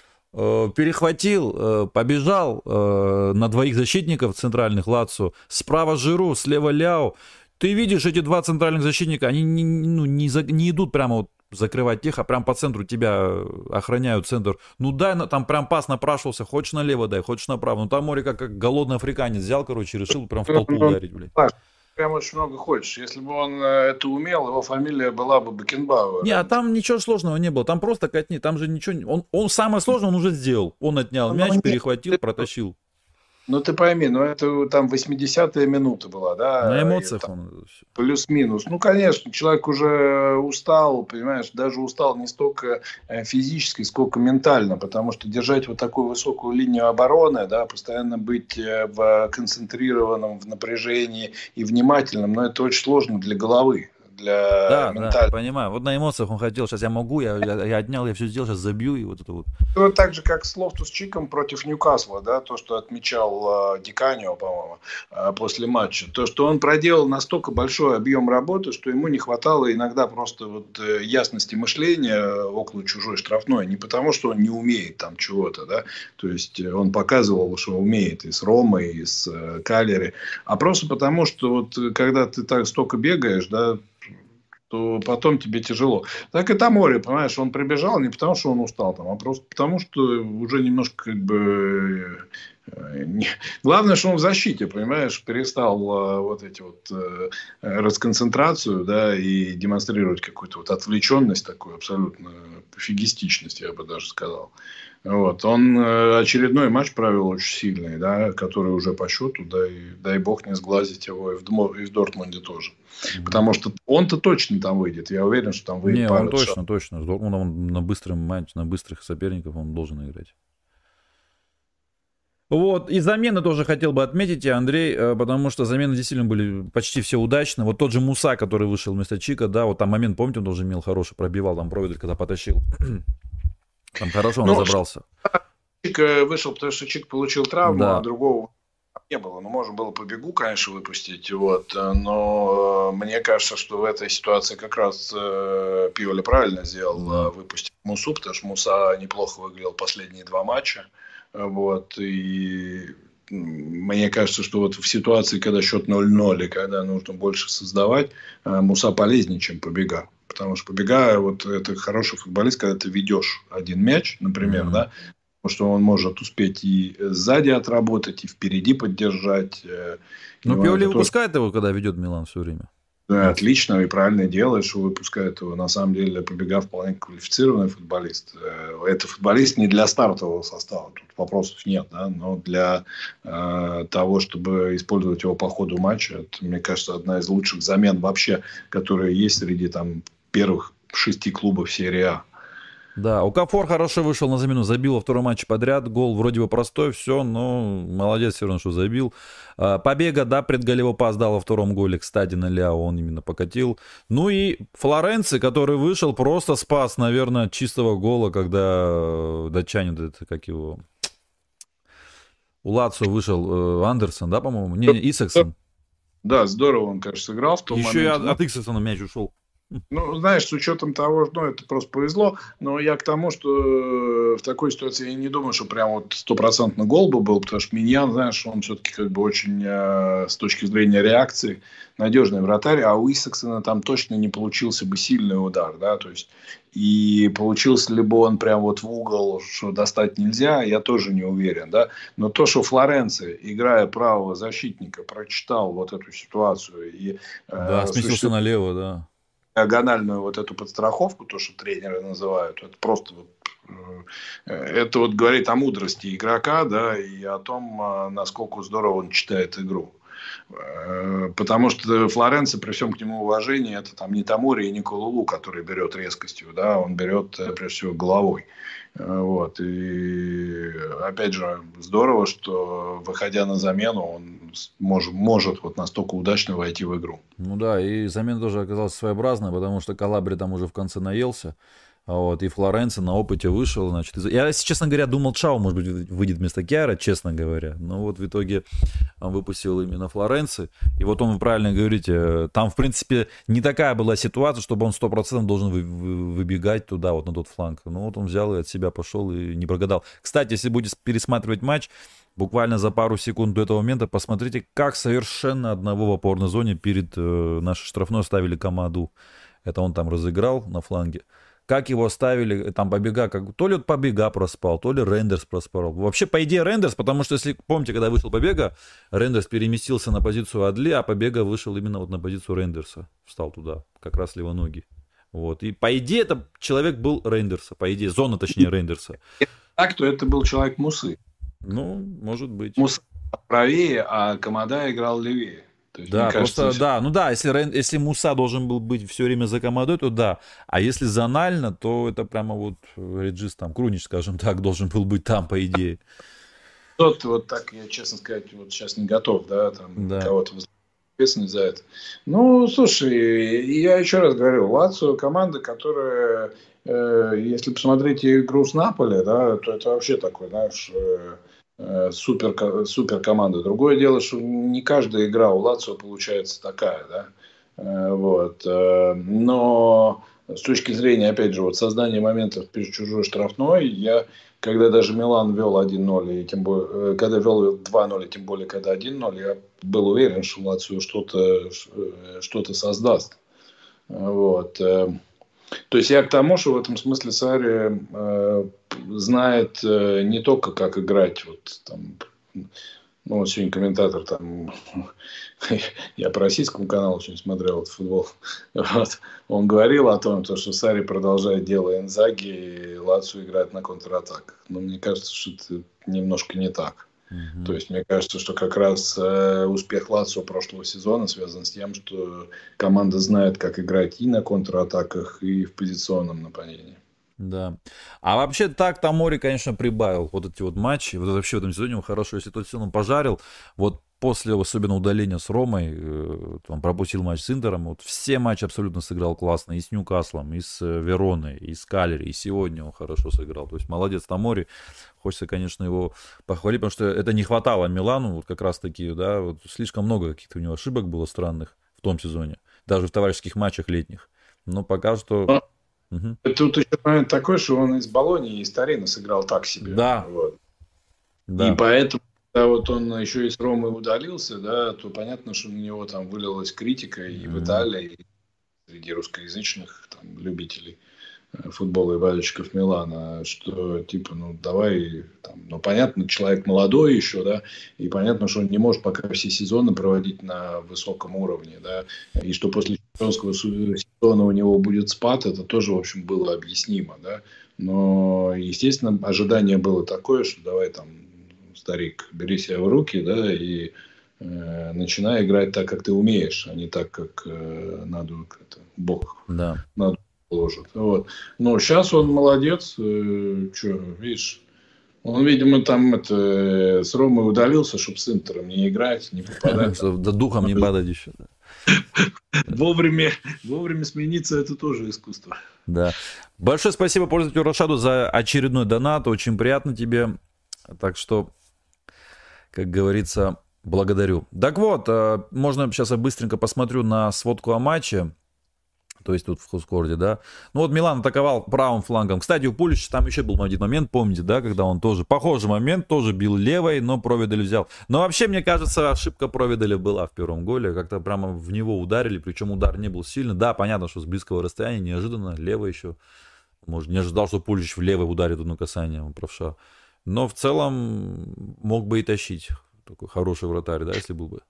перехватил, побежал на двоих защитников центральных Лацо, справа Жиру, слева Ляо. Ты видишь, эти два центральных защитника, они не, ну, не, за, не идут прямо вот закрывать тех, а прям по центру тебя охраняют центр. Ну дай, там прям пас напрашивался, хочешь налево дай, хочешь направо. Ну там Мори как, как голодный африканец взял, короче, решил прям в толпу ударить, блядь. Прям очень много хочешь. Если бы он это умел, его фамилия была бы Бекенбауэр. Не, а там ничего сложного не было. Там просто катни, там же ничего... Он, он самое сложное он уже сделал. Он отнял ну, мяч, перехватил, протащил. Ну ты пойми, ну это там восьмидесятая минута была, да? На эмоциях там, он... Плюс-минус. Ну, конечно, человек уже устал, понимаешь, даже устал не столько физически, сколько ментально, потому что держать вот такую высокую линию обороны, да, постоянно быть в концентрированном, в напряжении и внимательном, но это очень сложно для головы. Для да, ментального. Да, понимаю. Вот на эмоциях он хотел, сейчас я могу, я, я, я отнял, я все сделал, сейчас забью, и вот это вот. Ну, так же, как с Лофтус-Чиком против Ньюкасла, да, то, что отмечал э, Диканио, по-моему, э, после матча, то, что он проделал настолько большой объем работы, что ему не хватало иногда просто вот э, ясности мышления около чужой штрафной, не потому, что он не умеет там чего-то, да, то есть он показывал, что умеет и с Ромой, и с э, Калери, а просто потому, что вот когда ты так столько бегаешь, да, то потом тебе тяжело. Так и Тамори, понимаешь, он прибежал не потому, что он устал, там, а просто потому, что уже немножко как бы... Не... Главное, что он в защите, понимаешь, перестал вот эти вот расконцентрацию, да, и демонстрировать какую-то вот отвлеченность такую, абсолютно пофигистичность, я бы даже сказал. Вот. Он очередной матч провел очень сильный, да, который уже по счету, да, и дай бог не сглазить его и в, и в Дортмунде тоже. Mm-hmm. Потому что он-то точно там выйдет. Я уверен, что там выйдет. Не, он точно, шаг. точно. С Дортмундом он на быстром матче, на быстрых соперников он должен играть. Вот, и замены тоже хотел бы отметить, Андрей, потому что замены действительно были почти все удачны. Вот тот же Муса, который вышел вместо Чика, да, вот там момент, помните, он тоже имел хороший, пробивал, там проводы, когда потащил. Там хорошо он ну, разобрался. Чик вышел, потому что Чик получил травму, да. А другого не было. Ну, можно было по бегу, конечно, выпустить. Вот. Но мне кажется, что в этой ситуации как раз Пиоли правильно сделал, да. Выпустить Мусу, потому что Муса неплохо выглядел последние два матча. Вот. И мне кажется, что вот в ситуации, когда счет ноль-ноль, и когда нужно больше создавать, Муса полезнее, чем Побега. Потому что Побега, вот это хороший футболист, когда ты ведешь один мяч, например, mm-hmm. да, потому что он может успеть и сзади отработать, и впереди поддержать. Но Пиоли выпускает тоже... его, когда ведет Милан все время. Да, отлично и правильно делает, что выпускает его. На самом деле Побега вполне квалифицированный футболист. Это футболист не для стартового состава, тут вопросов нет, да, но для э, того, чтобы использовать его по ходу матча, это, мне кажется, одна из лучших замен вообще, которые есть среди там первых шести клубов серии А. Да, Окафор хорошо вышел на замену, забил во втором матче подряд, гол вроде бы простой, все, но молодец все равно, что забил. Побега, да, предголевой пас дал во втором голе, кстати, на Ляо он именно покатил. Ну и Флоренци, который вышел, просто спас, наверное, чистого гола, когда датчанин, это как его... У Лацио вышел Андерсон, да, по-моему? Не, не, Исаксон. Да, здорово он, конечно, сыграл в том Еще моменте. Еще и от, от Исаксона мяч ушел. Ну, знаешь, с учетом того, ну, это просто повезло, но я к тому, что в такой ситуации я не думаю, что прям вот стопроцентно гол бы был, потому что Миньян, знаешь, он все-таки как бы очень э, с точки зрения реакции надежный вратарь, а у Исаксона там точно не получился бы сильный удар, да, то есть и получился ли бы он прям вот в угол, что достать нельзя, я тоже не уверен, да, но то, что Флоренци, играя правого защитника, прочитал вот эту ситуацию и... Э, да, сместился суще... налево, да. Диагональную вот эту подстраховку, то, что тренеры называют, это просто вот, это вот говорит о мудрости игрока, да, и о том, насколько здорово он читает игру. Потому что Флоренци, при всем к нему уважении, это там не Тамори и не Колулу, который берет резкостью, да, он берет, прежде всего, головой. Вот. И опять же, здорово, что, выходя на замену, он может, может вот настолько удачно войти в игру. Ну да, и замена тоже оказалась своеобразная, потому что Калабри там уже в конце наелся. Вот, и Флоренци на опыте вышел, значит. Я, если честно говоря, думал, Чао, может быть, выйдет вместо Кьяра, честно говоря. Но вот в итоге он выпустил именно Флоренци. И вот он, вы правильно говорите, там, в принципе, не такая была ситуация, чтобы он сто процентов должен вы, вы, выбегать туда, вот на тот фланг. Ну вот он взял и от себя пошел и не прогадал. Кстати, если будете пересматривать матч, буквально за пару секунд до этого момента посмотрите, как совершенно одного в опорной зоне перед э, нашей штрафной ставили Камаду. Это он там разыграл на фланге. Как его ставили, там Побега, как, то ли Побега проспал, то ли Рендерс проспал. Вообще, по идее, Рендерс, потому что, если помните, когда вышел Побега, Рендерс переместился на позицию Адли, а Побега вышел именно вот на позицию Рендерса. Встал туда, как раз левоногий. Вот. И по идее, это человек был Рендерса, по идее, зона, точнее, Рендерса. Так, то это был человек Мусы. Ну, может быть. Муса правее, а Камада играл левее. То есть, да, кажется, просто, да, ну да, если, если Муса должен был быть все время за Камадой, то да. А если зонально, то это прямо вот Реджис, там, Крунич, скажем так, должен был быть там, по идее. Тот, вот так, я, честно сказать, вот сейчас не готов, да, там, да. кого-то ответственность за это. Ну, слушай, я еще раз говорю, Лацио команда, которая, э, если посмотреть игру с Наполи, да, то это вообще такой, знаешь... Э, Супер, супер команда. Другое дело, что не каждая игра у Лацио получается такая, да. Вот. Но с точки зрения, опять же, вот создания моментов перед чужой штрафной, я, когда даже Милан вел один ноль, и тем более, когда вел два ноль, и тем более, когда один ноль, я был уверен, что Лацио что-то, что-то создаст. Вот. То есть я к тому, что в этом смысле Сарри э, знает э, не только как играть. Вот, там, ну, вот сегодня комментатор там, я по российскому каналу очень смотрел вот, футбол. Вот, он говорил о том, что Сарри продолжает дело Инзаги, и Лацио играет на контратаках. Но мне кажется, что это немножко не так. Mm-hmm. То есть, мне кажется, что как раз э, успех Лацио прошлого сезона связан с тем, что команда знает, как играть и на контратаках, и в позиционном нападении. Да. А вообще так Тамори, конечно, прибавил вот эти вот матчи. Вот вообще в этом сезоне он хорошо, если тот сезон он пожарил. Вот после особенно удаления с Ромой, э, он пропустил матч с Интером. Вот все матчи абсолютно сыграл классно. И с Ньюкаслом, и с Вероной, и с Калери. И сегодня он хорошо сыграл. То есть молодец Тамори. Хочется, конечно, его похвалить, потому что это не хватало Милану. Вот как раз таки, да, вот слишком много каких-то у него ошибок было странных в том сезоне. Даже в товарищеских матчах летних. Но пока что... Угу. Тут еще момент такой, что он из Болонии, из Торино сыграл так себе. Да. Вот. Да. И поэтому, когда вот он еще из Ромы удалился, да, то понятно, что на него там вылилась критика и mm-hmm. в Италии, и среди русскоязычных там, любителей футбола и болельщиков Милана, что типа, ну давай, там, ну понятно, человек молодой еще, да, и понятно, что он не может пока все сезоны проводить на высоком уровне, да, и что после чемпионского сезона у него будет спад, это тоже, в общем, было объяснимо, да, но, естественно, ожидание было такое, что давай там, старик, бери себя в руки, да, и э, начинай играть так, как ты умеешь, а не так, как э, надо, это, Бог да. надо. Ложит. Вот. Но сейчас он молодец. Э, что, видишь, он, видимо, там это, с Ромой удалился, чтобы с Интером не играть, не попадать. Чтобы до духом не падать еще. Вовремя, вовремя смениться — это тоже искусство. Да. Большое спасибо пользователю Рашаду за очередной донат. Очень приятно тебе. Так что, как говорится, благодарю. Так вот, можно сейчас я быстренько посмотрю на сводку о матче. То есть тут в Хускорде, да. Ну вот Милан атаковал правым флангом. Кстати, у Пулича там еще был один момент, помните, да, когда он тоже, похожий момент, тоже бил левой, но Провидель взял. Но вообще, мне кажется, ошибка Провиделя была в первом голе. Как-то прямо в него ударили, причем удар не был сильный. Да, понятно, что с близкого расстояния, неожиданно, левой еще. Может, не ожидал, что Пулич в левой ударит одно касание, он правша. Но в целом мог бы и тащить. Такой хороший вратарь, да, если был бы.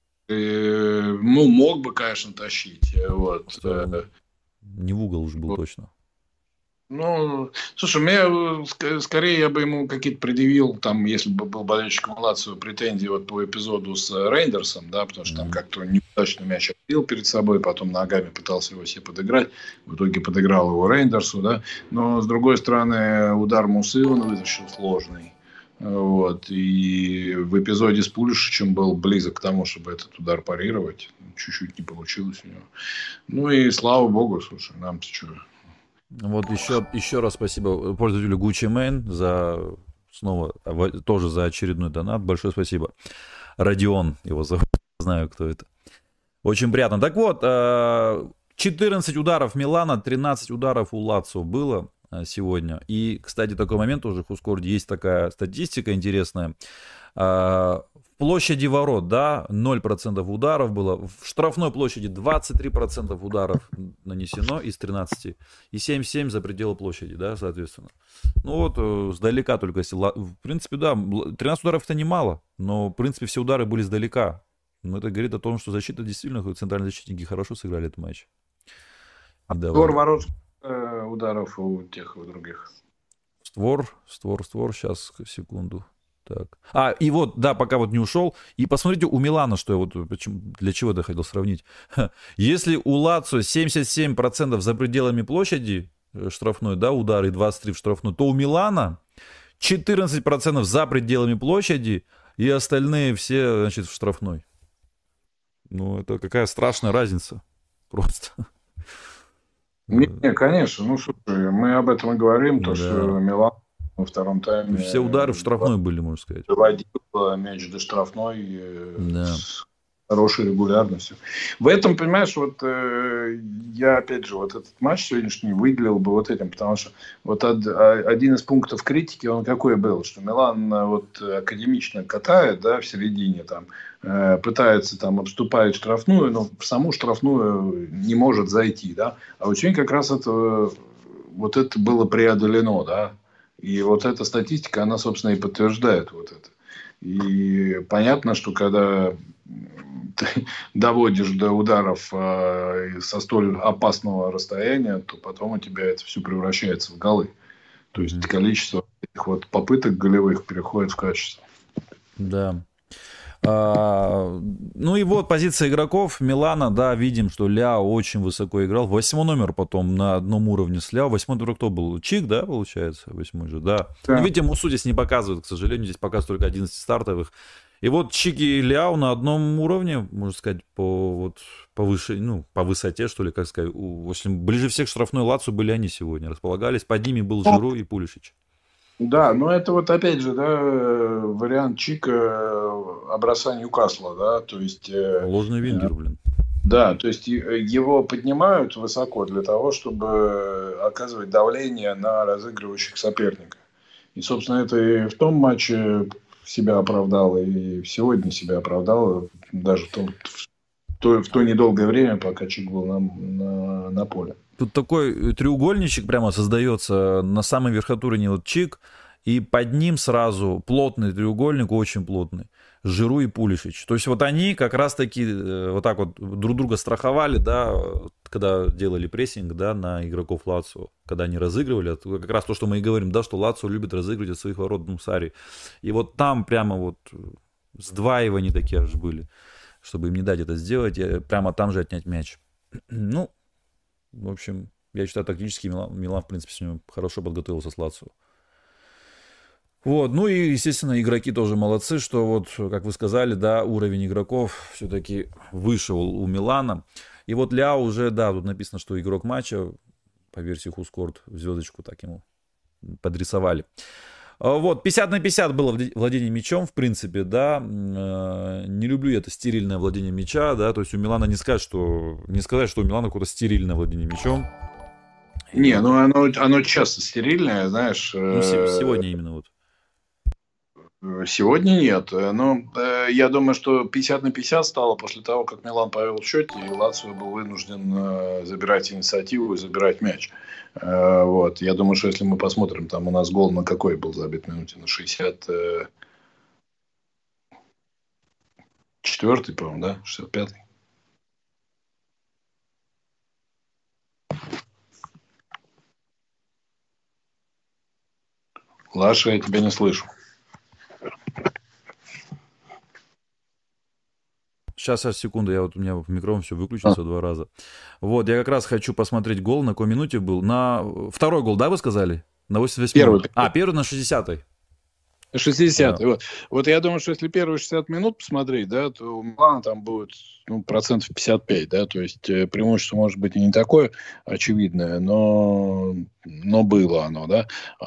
Ну, мог бы, конечно, тащить. Вот. Не в угол уж был вот. Точно. Ну, слушай, мне э, ск- скорее я бы ему какие-то предъявил, там, если бы был болельщиком Лацио, претензии вот по эпизоду с э, Рейндерсом, да, потому что там Мгм. как-то неудачно мяч отбил перед собой, потом ногами пытался его себе подыграть, в итоге подыграл его Рейндерсу, да, но с другой стороны удар Мусы он вытащил сложный. Вот. И в эпизоде с Пулишичем был близок к тому, чтобы этот удар парировать. Чуть-чуть не получилось у него. Ну и слава богу, слушай, нам-то что. Вот еще, еще раз спасибо пользователю Gucci Mane за снова а, во- тоже за очередной донат. Большое спасибо. Родион его зовут. Знаю, кто это. Очень приятно. Так вот, э, четырнадцать ударов Милана, тринадцать ударов у Лацио было э, сегодня. И, кстати, такой момент уже в Хускорде есть такая статистика интересная. А, В площади ворот, да, ноль процентов ударов было. В штрафной площади двадцать три процента ударов нанесено из тринадцати. И семь семь за пределы площади, да, соответственно. Ну вот, э, сдалека только если... ла- В принципе, да, м, тринадцать ударов это немало, но, в принципе, все удары были сдалека. Но это говорит о том, что защита действительно, центральные защитники хорошо сыграли этот матч. Не Двор давали. ворот э, ударов у тех и у других. Створ, створ, створ, сейчас, секунду. Так. А, и вот, да, пока вот не ушел. И посмотрите у Милана, что я вот, почему, для чего я хотел сравнить. Если у Лацио семьдесят семь процентов за пределами площади э, штрафной, да, удары и двадцать три в штрафной, то у Милана четырнадцать процентов за пределами площади и остальные все, значит, в штрафной. Ну, это какая страшная разница. Просто. Не, Э, не, конечно. Ну, слушай, мы об этом и говорим, то, что Да. Милан во втором То тайме есть все удары в э, штрафной были, можно сказать. доводил э, мяч до штрафной э, Да. с хорошей регулярностью. В этом, понимаешь, вот э, я опять же вот этот матч сегодняшний выделил бы вот этим, потому что вот од- а- один из пунктов критики, он какой был, что Милан э, вот академично катает, да, в середине там, э, пытается там обступать штрафную, но в саму штрафную не может зайти, да, а у Чень как раз это вот это было преодолено, да, и вот эта статистика, она, собственно, и подтверждает вот это. И понятно, что когда ты доводишь до ударов э, со столь опасного расстояния, то потом у тебя это все превращается в голы. То есть Мгм. количество этих вот попыток голевых переходит в качество. Да. А, ну и вот позиция игроков Милана, да, видим, что Ляо очень высоко играл. Восьмой номер потом на одном уровне с Ляо. Восьмой номер кто был? Чик, да, получается? Восьмой же, да. Ну, Да. видите, Мусу здесь не показывают, к сожалению. Здесь показывают только одиннадцать стартовых. И вот Чик и Ляо на одном уровне, можно сказать, по, вот, по, выше, ну, по высоте, что ли, как сказать. У- В общем, ближе всех к штрафной Лацу были они сегодня, располагались. Под ними был Жиру и Пулишич. Да, но это вот опять же, да, э, вариант Чика э, образца Ньюкасла, да, то есть э, Ложный э, вингер, блин. да, то есть е- его поднимают высоко для того, чтобы оказывать давление на разыгрывающих соперника. И, собственно, это и в том матче себя оправдало, и сегодня себя оправдало, даже в, том, в, то, в то недолгое время, пока Чик был на, на, на поле. Тут такой треугольничек прямо создается на самой верхотуре вот Чик, и под ним сразу плотный треугольник, очень плотный, Жиру и Пулишич. То есть вот они как раз-таки э, вот так вот друг друга страховали, да, когда делали прессинг, да, на игроков Лацио, когда они разыгрывали, это как раз то, что мы и говорим, да, что Лацио любит разыгрывать от своих ворот Мусари. И вот там прямо вот сдваивания такие аж были, чтобы им не дать это сделать, и прямо там же отнять мяч. Ну, в общем, я считаю, тактически Милан, Милан в принципе, сегодня хорошо подготовился с Лацио. Вот, ну и, естественно, игроки тоже молодцы, что вот, как вы сказали, да, уровень игроков все-таки выше у, у Милана. И вот Ляо уже, да, тут написано, что игрок матча, по версии Хускорд, звездочку так ему подрисовали. А, Вот, пятьдесят на пятьдесят было владение мячом, в принципе, да. Э, Не люблю я это стерильное владение мяча, да. То есть у Милана не сказать, что не сказать, что у Милана какое-то стерильное владение мячом. Не, И, ну оно, оно часто стерильное, знаешь. ну, се- э, сегодня именно вот. Сегодня нет. Э, Но э, я думаю, что пятьдесят на пятьдесят стало после того, как Милан повел в счете, и Лацио был вынужден э, забирать инициативу и забирать мяч. Э, Вот. Я думаю, что если мы посмотрим, там у нас гол на какой был забит минуте? На шестьдесят четвёртый, по-моему, да? шестьдесят пятый. Лаша, я тебя не слышу. Сейчас, сейчас, секунду, я вот у меня микрофон все выключился а. два раза. Вот, я как раз хочу посмотреть гол, на какой минуте был. На второй гол, да, вы сказали? На восемьдесят восьмой. Первый. А, первый на шестидесятой. шестидесятый. Да. Вот. вот я думаю, что если первые шестьдесят минут посмотреть, да, то у Милана там будет ну, процентов пятьдесят пять, да, то есть преимущество может быть и не такое очевидное, но, но было оно, да.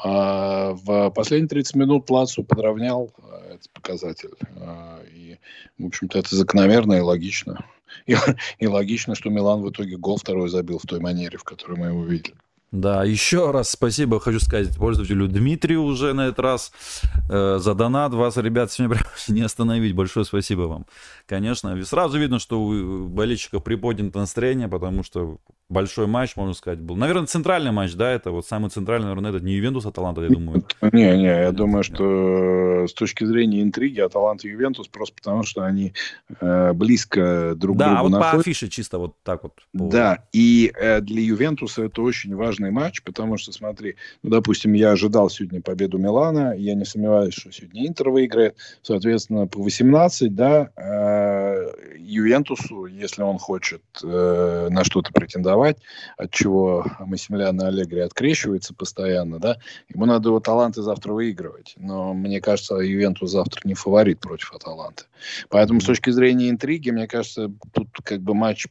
А в последние тридцать минут Лацио подровнял этот показатель. И, в общем-то, это закономерно и логично. И, и логично, что Милан в итоге гол второй забил в той манере, в которой мы его видели. Да, еще раз спасибо хочу сказать пользователю Дмитрию уже на этот раз э, за донат. Вас, ребят, сегодня прям не остановить. Большое спасибо вам. Конечно, сразу видно, что у болельщиков приподнято настроение, потому что большой матч, можно сказать, был. Наверное, центральный матч, да, это вот самый центральный, наверное, этот не Ювентус, а Аталанта, я думаю. Не, не, я думаю, что с точки зрения интриги Аталанта и Ювентус просто потому, что они э, близко друг к да, другу а вот находятся. по афише чисто вот так вот. По... Да, и э, для Ювентуса это очень важный матч, потому что, смотри, ну, допустим, я ожидал сегодня победу Милана, я не сомневаюсь, что сегодня Интер выиграет, соответственно, по восемнадцать, да, э, Ювентусу, если он хочет э, на что-то претендовать, от чего Массимилиано Аллегри открещивается постоянно, да, ему надо у Аталанты завтра выигрывать, но мне кажется, Ювентус завтра не фаворит против Аталанты. Поэтому с точки зрения интриги, мне кажется, тут как бы матч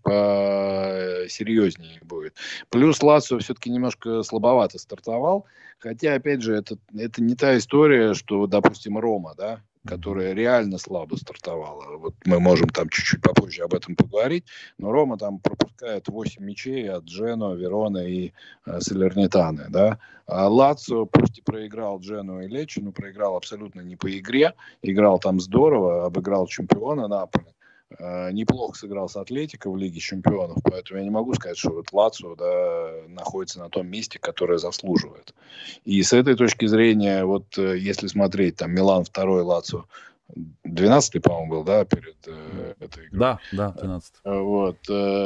посерьезнее будет. Плюс Лацио все-таки немножко слабовато стартовал, хотя, опять же, это, это не та история, что, допустим, Рома, да, которая реально слабо стартовала. Вот мы можем там чуть-чуть попозже об этом поговорить, но Рома там пропускает восемь мячей от Джено, Верона и э, Салернитаны, да. А Лацио пусть и проиграл Джену и Лечи, но проиграл абсолютно не по игре, играл там здорово, обыграл чемпиона Наполи. Э, неплохо сыграл с Атлетико в Лиге чемпионов, поэтому я не могу сказать, что вот Лацио, да, находится на том месте, которое заслуживает. И с этой точки зрения, вот э, если смотреть, там Милан второй, Лацио двенадцатый, по-моему, был, да, перед э, этой игрой. Да, да, двенадцатый. Вот,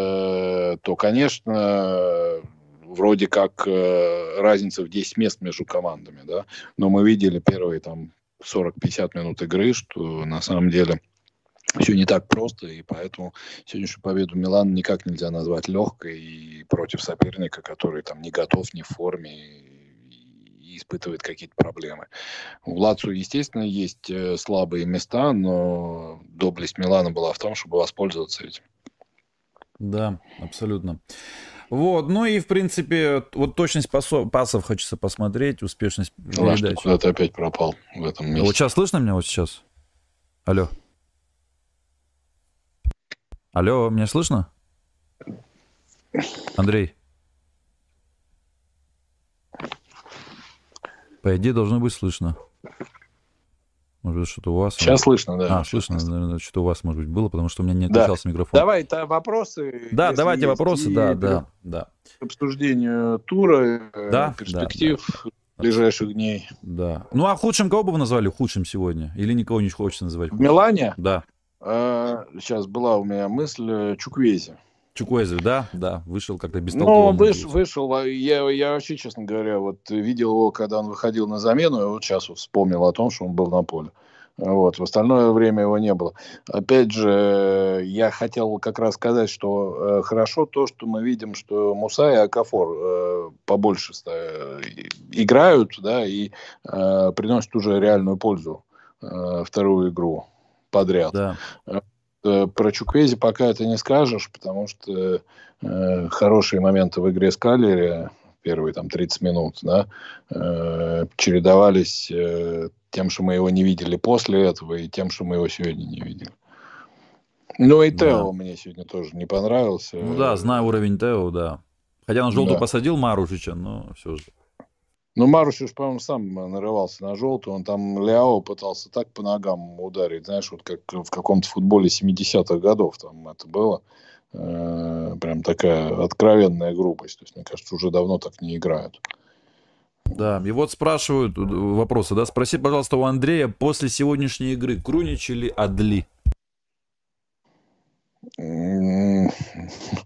э, то, конечно, вроде как э, разница в десять мест между командами, да, но мы видели первые там сорок-пятьдесят минут игры, что на самом деле все не так просто, и поэтому сегодняшнюю победу Милана никак нельзя назвать легкой и против соперника, который там не готов, не в форме и испытывает какие-то проблемы. У Лацио, естественно, есть слабые места, но доблесть Милана была в том, чтобы воспользоваться этим. Да, абсолютно. Вот, ну и в принципе, вот точность пасов, пасов хочется посмотреть, успешность передачи. Лаш, ты куда-то опять пропал в этом месте. Вот сейчас слышно меня вот сейчас? Алло. Алло, меня слышно? Андрей? По идее, должно быть слышно. Может быть, что-то у вас... Сейчас слышно, да. А, слышно, наверное, что-то у вас, может быть, было, потому что у меня не отключался да. микрофон. Давай, то вопросы. Да, давайте есть, вопросы, да, да, да. К обсуждению тура, да, перспектив да, да. ближайших дней. Да. Ну, а худшим кого бы вы назвали худшим сегодня? Или никого не хочется называть? В Милане? Да. А, сейчас была у меня мысль Чуквези. Чуквези, да, да, вышел как-то бестолково. Ну, выш, вышел, я, я вообще, честно говоря, вот видел его, когда он выходил на замену, и вот сейчас вот вспомнил о том, что он был на поле. Вот, в остальное время его не было. Опять же, я хотел как раз сказать, что э, хорошо то, что мы видим, что Муса и Окафор э, побольше э, играют, да, и э, приносят уже реальную пользу э, вторую игру подряд. Да. Про Чуквези пока это не скажешь, потому что э, хорошие моменты в игре с Каллери, первые там тридцать минут, да, э, чередовались э, тем, что мы его не видели после этого, и тем, что мы его сегодня не видели. Ну и Тео да. мне сегодня тоже не понравился. Ну да, знаю уровень Тео, да. Хотя на желтую да. посадил Марушича, но все же. Ну, Марушич, по-моему, сам нарывался на желтую. Он там Ляо пытался так по ногам ударить, знаешь, вот как в каком-то футболе семидесятых годов там это было. Э-э- прям такая откровенная грубость. То есть, мне кажется, уже давно так не играют. Да, и вот спрашивают вопросы, да, спроси, пожалуйста, у Андрея после сегодняшней игры Крунич или Адли?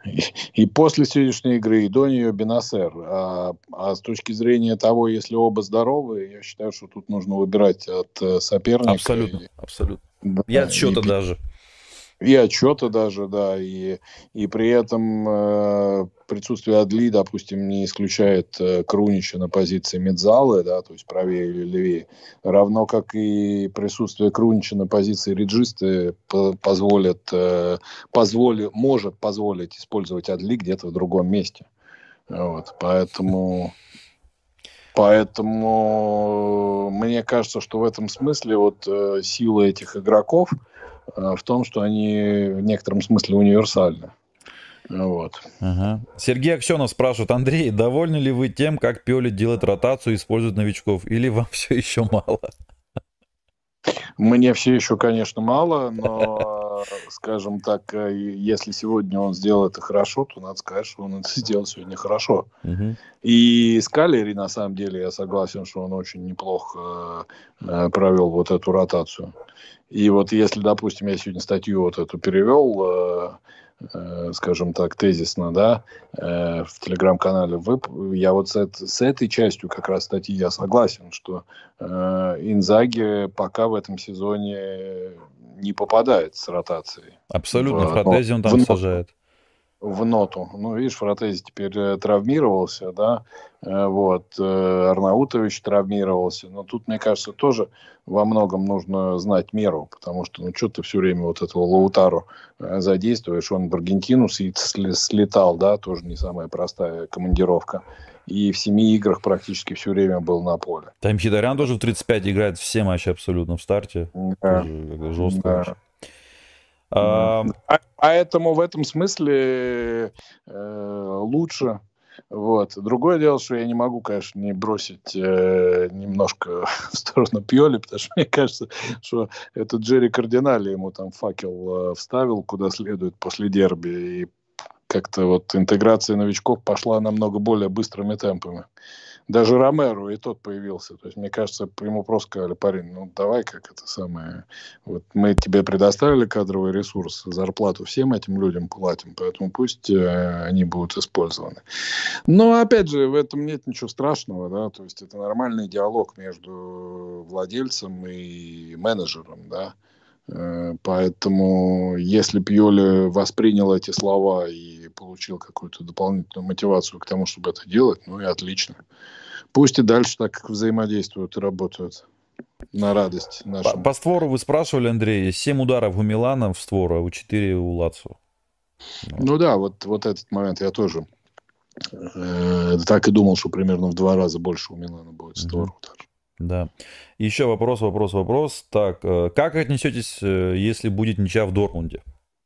и, и после сегодняшней игры, и до нее Бенасер. А, а с точки зрения того, если оба здоровы, я считаю, что тут нужно выбирать от соперника. Абсолютно, и, абсолютно. Да, И от счета и, даже. И отчета даже, да, и, и при этом э, присутствие Адли, допустим, не исключает э, Крунича на позиции Медзалы, да, то есть правее или левее, равно как и присутствие Крунича на позиции реджисты по- позволит, э, позволи, может позволить использовать Адли где-то в другом месте. Вот, поэтому... Поэтому мне кажется, что в этом смысле вот э, сила этих игроков э, в том, что они в некотором смысле универсальны. Вот. Ага. Сергей Аксенов спрашивает: Андрей, довольны ли вы тем, как Пиоли делает ротацию и использует новичков, или вам все еще мало? Мне все еще, конечно, мало, но, скажем так, если сегодня он сделал это хорошо, то надо сказать, что он это сделал сегодня хорошо. Угу. И Скалери, на самом деле, я согласен, что он очень неплохо э, провел вот эту ротацию. И вот если, допустим, я сегодня статью вот эту перевел, э, э, скажем так, тезисно, да, э, в телеграм-канале, вы, я вот с, это, с этой частью как раз статьи я согласен, что э, Инзаги пока в этом сезоне не попадает с ротацией. Абсолютно, В, Фратези он там в, сажает. В ноту. Ну, видишь, Фратези теперь э, травмировался, да, э, вот, э, Арнаутович травмировался, но тут, мне кажется, тоже во многом нужно знать меру, потому что, ну, что ты все время вот этого Лаутару э, задействуешь, он в Аргентину слетал, да, тоже не самая простая командировка, и в семи играх практически все время был на поле. Там Хидарян тоже в тридцать пять играет все матчи абсолютно в старте. Да. Тоже жестко. Да. А... Поэтому в этом смысле э, лучше. Вот. Другое дело, что я не могу, конечно, не бросить э, немножко в сторону Пиоли, потому что мне кажется, что этот Джерри Кардинали ему там факел э, вставил куда следует после дерби, и как-то вот интеграция новичков пошла намного более быстрыми темпами. Даже Ромеро и тот появился. То есть, мне кажется, ему просто сказали: парень, ну давай, как это самое, вот мы тебе предоставили кадровый ресурс, зарплату всем этим людям платим, поэтому пусть э, они будут использованы. Но, опять же, в этом нет ничего страшного, да, то есть это нормальный диалог между владельцем и менеджером, да. Поэтому, если Пьоли воспринял эти слова и получил какую-то дополнительную мотивацию к тому, чтобы это делать, ну и отлично. Пусть и дальше так взаимодействуют и работают на радость нашим. По, по створу вы спрашивали, Андрей, семь ударов у Милана в створ, а у четыре у Лацио. Ну да, вот, вот этот момент я тоже э, так и думал, что примерно в два раза больше у Милана будет створ. Угу. Да. Еще вопрос, вопрос, вопрос. Так, как отнесетесь, если будет ничья в Дортмунде?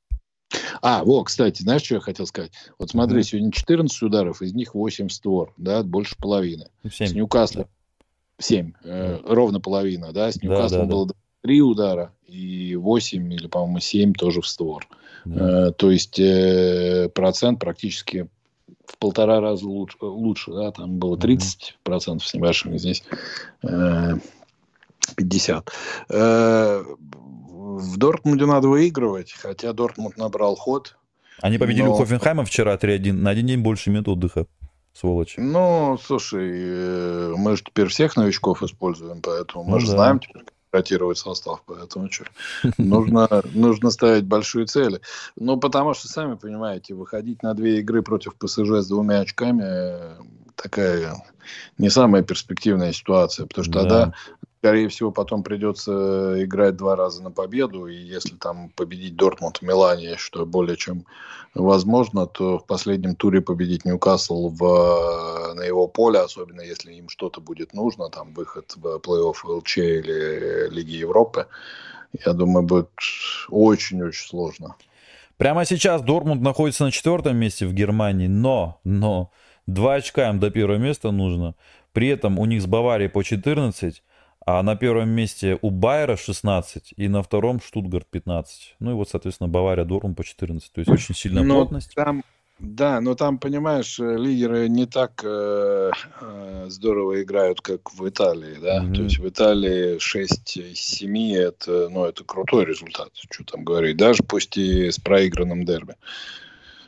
А, вот, кстати, знаешь, что я хотел сказать? Вот смотри, mm-hmm. сегодня четырнадцать ударов, из них восемь в створ, да, больше половины. семь. С Ньюкаслом семь, э, да. ровно половина, да, с Ньюкаслом да, да, было три удара и восемь или, по-моему, семь тоже в створ. Да. Э, то есть э, процент практически в полтора раза лучше, лучше, да, там было тридцать процентов с небольшим, здесь э, пятьдесят. Э, в Дортмунде надо выигрывать, хотя Дортмунд набрал ход. Они победили но... у Хофенхайма вчера три один, на один день больше минут отдыха, сволочи. Ну, слушай, мы же теперь всех новичков используем, поэтому мы ну, же да. знаем теперь, как ротировать состав, поэтому что, нужно, нужно ставить большие цели. Ну, потому что, сами понимаете, выходить на две игры против ПСЖ с двумя очками такая не самая перспективная ситуация, потому что да. тогда, скорее всего, потом придется играть два раза на победу, и если там победить Дортмунд в Милане, что более чем возможно, то в последнем туре победить Ньюкасл в, на его поле, особенно если им что-то будет нужно, там выход в плей-офф ЛЧ или Лиги Европы, я думаю, будет очень-очень сложно. Прямо сейчас Дортмунд находится на четвертом месте в Германии, но, но два очка им до первого места нужно. При этом у них с Баварией по четырнадцать, а на первом месте у Байера шестнадцать и на втором Штутгарт пятнадцать. Ну и вот, соответственно, Бавария, Дортмунд по четырнадцать. То есть очень сильная но плотность. Там, да, но там, понимаешь, лидеры не так э, э, здорово играют, как в Италии, да. Mm-hmm. То есть в Италии шесть из семи это, ну, это крутой результат, что там говорить. Даже пусть и с проигранным дерби.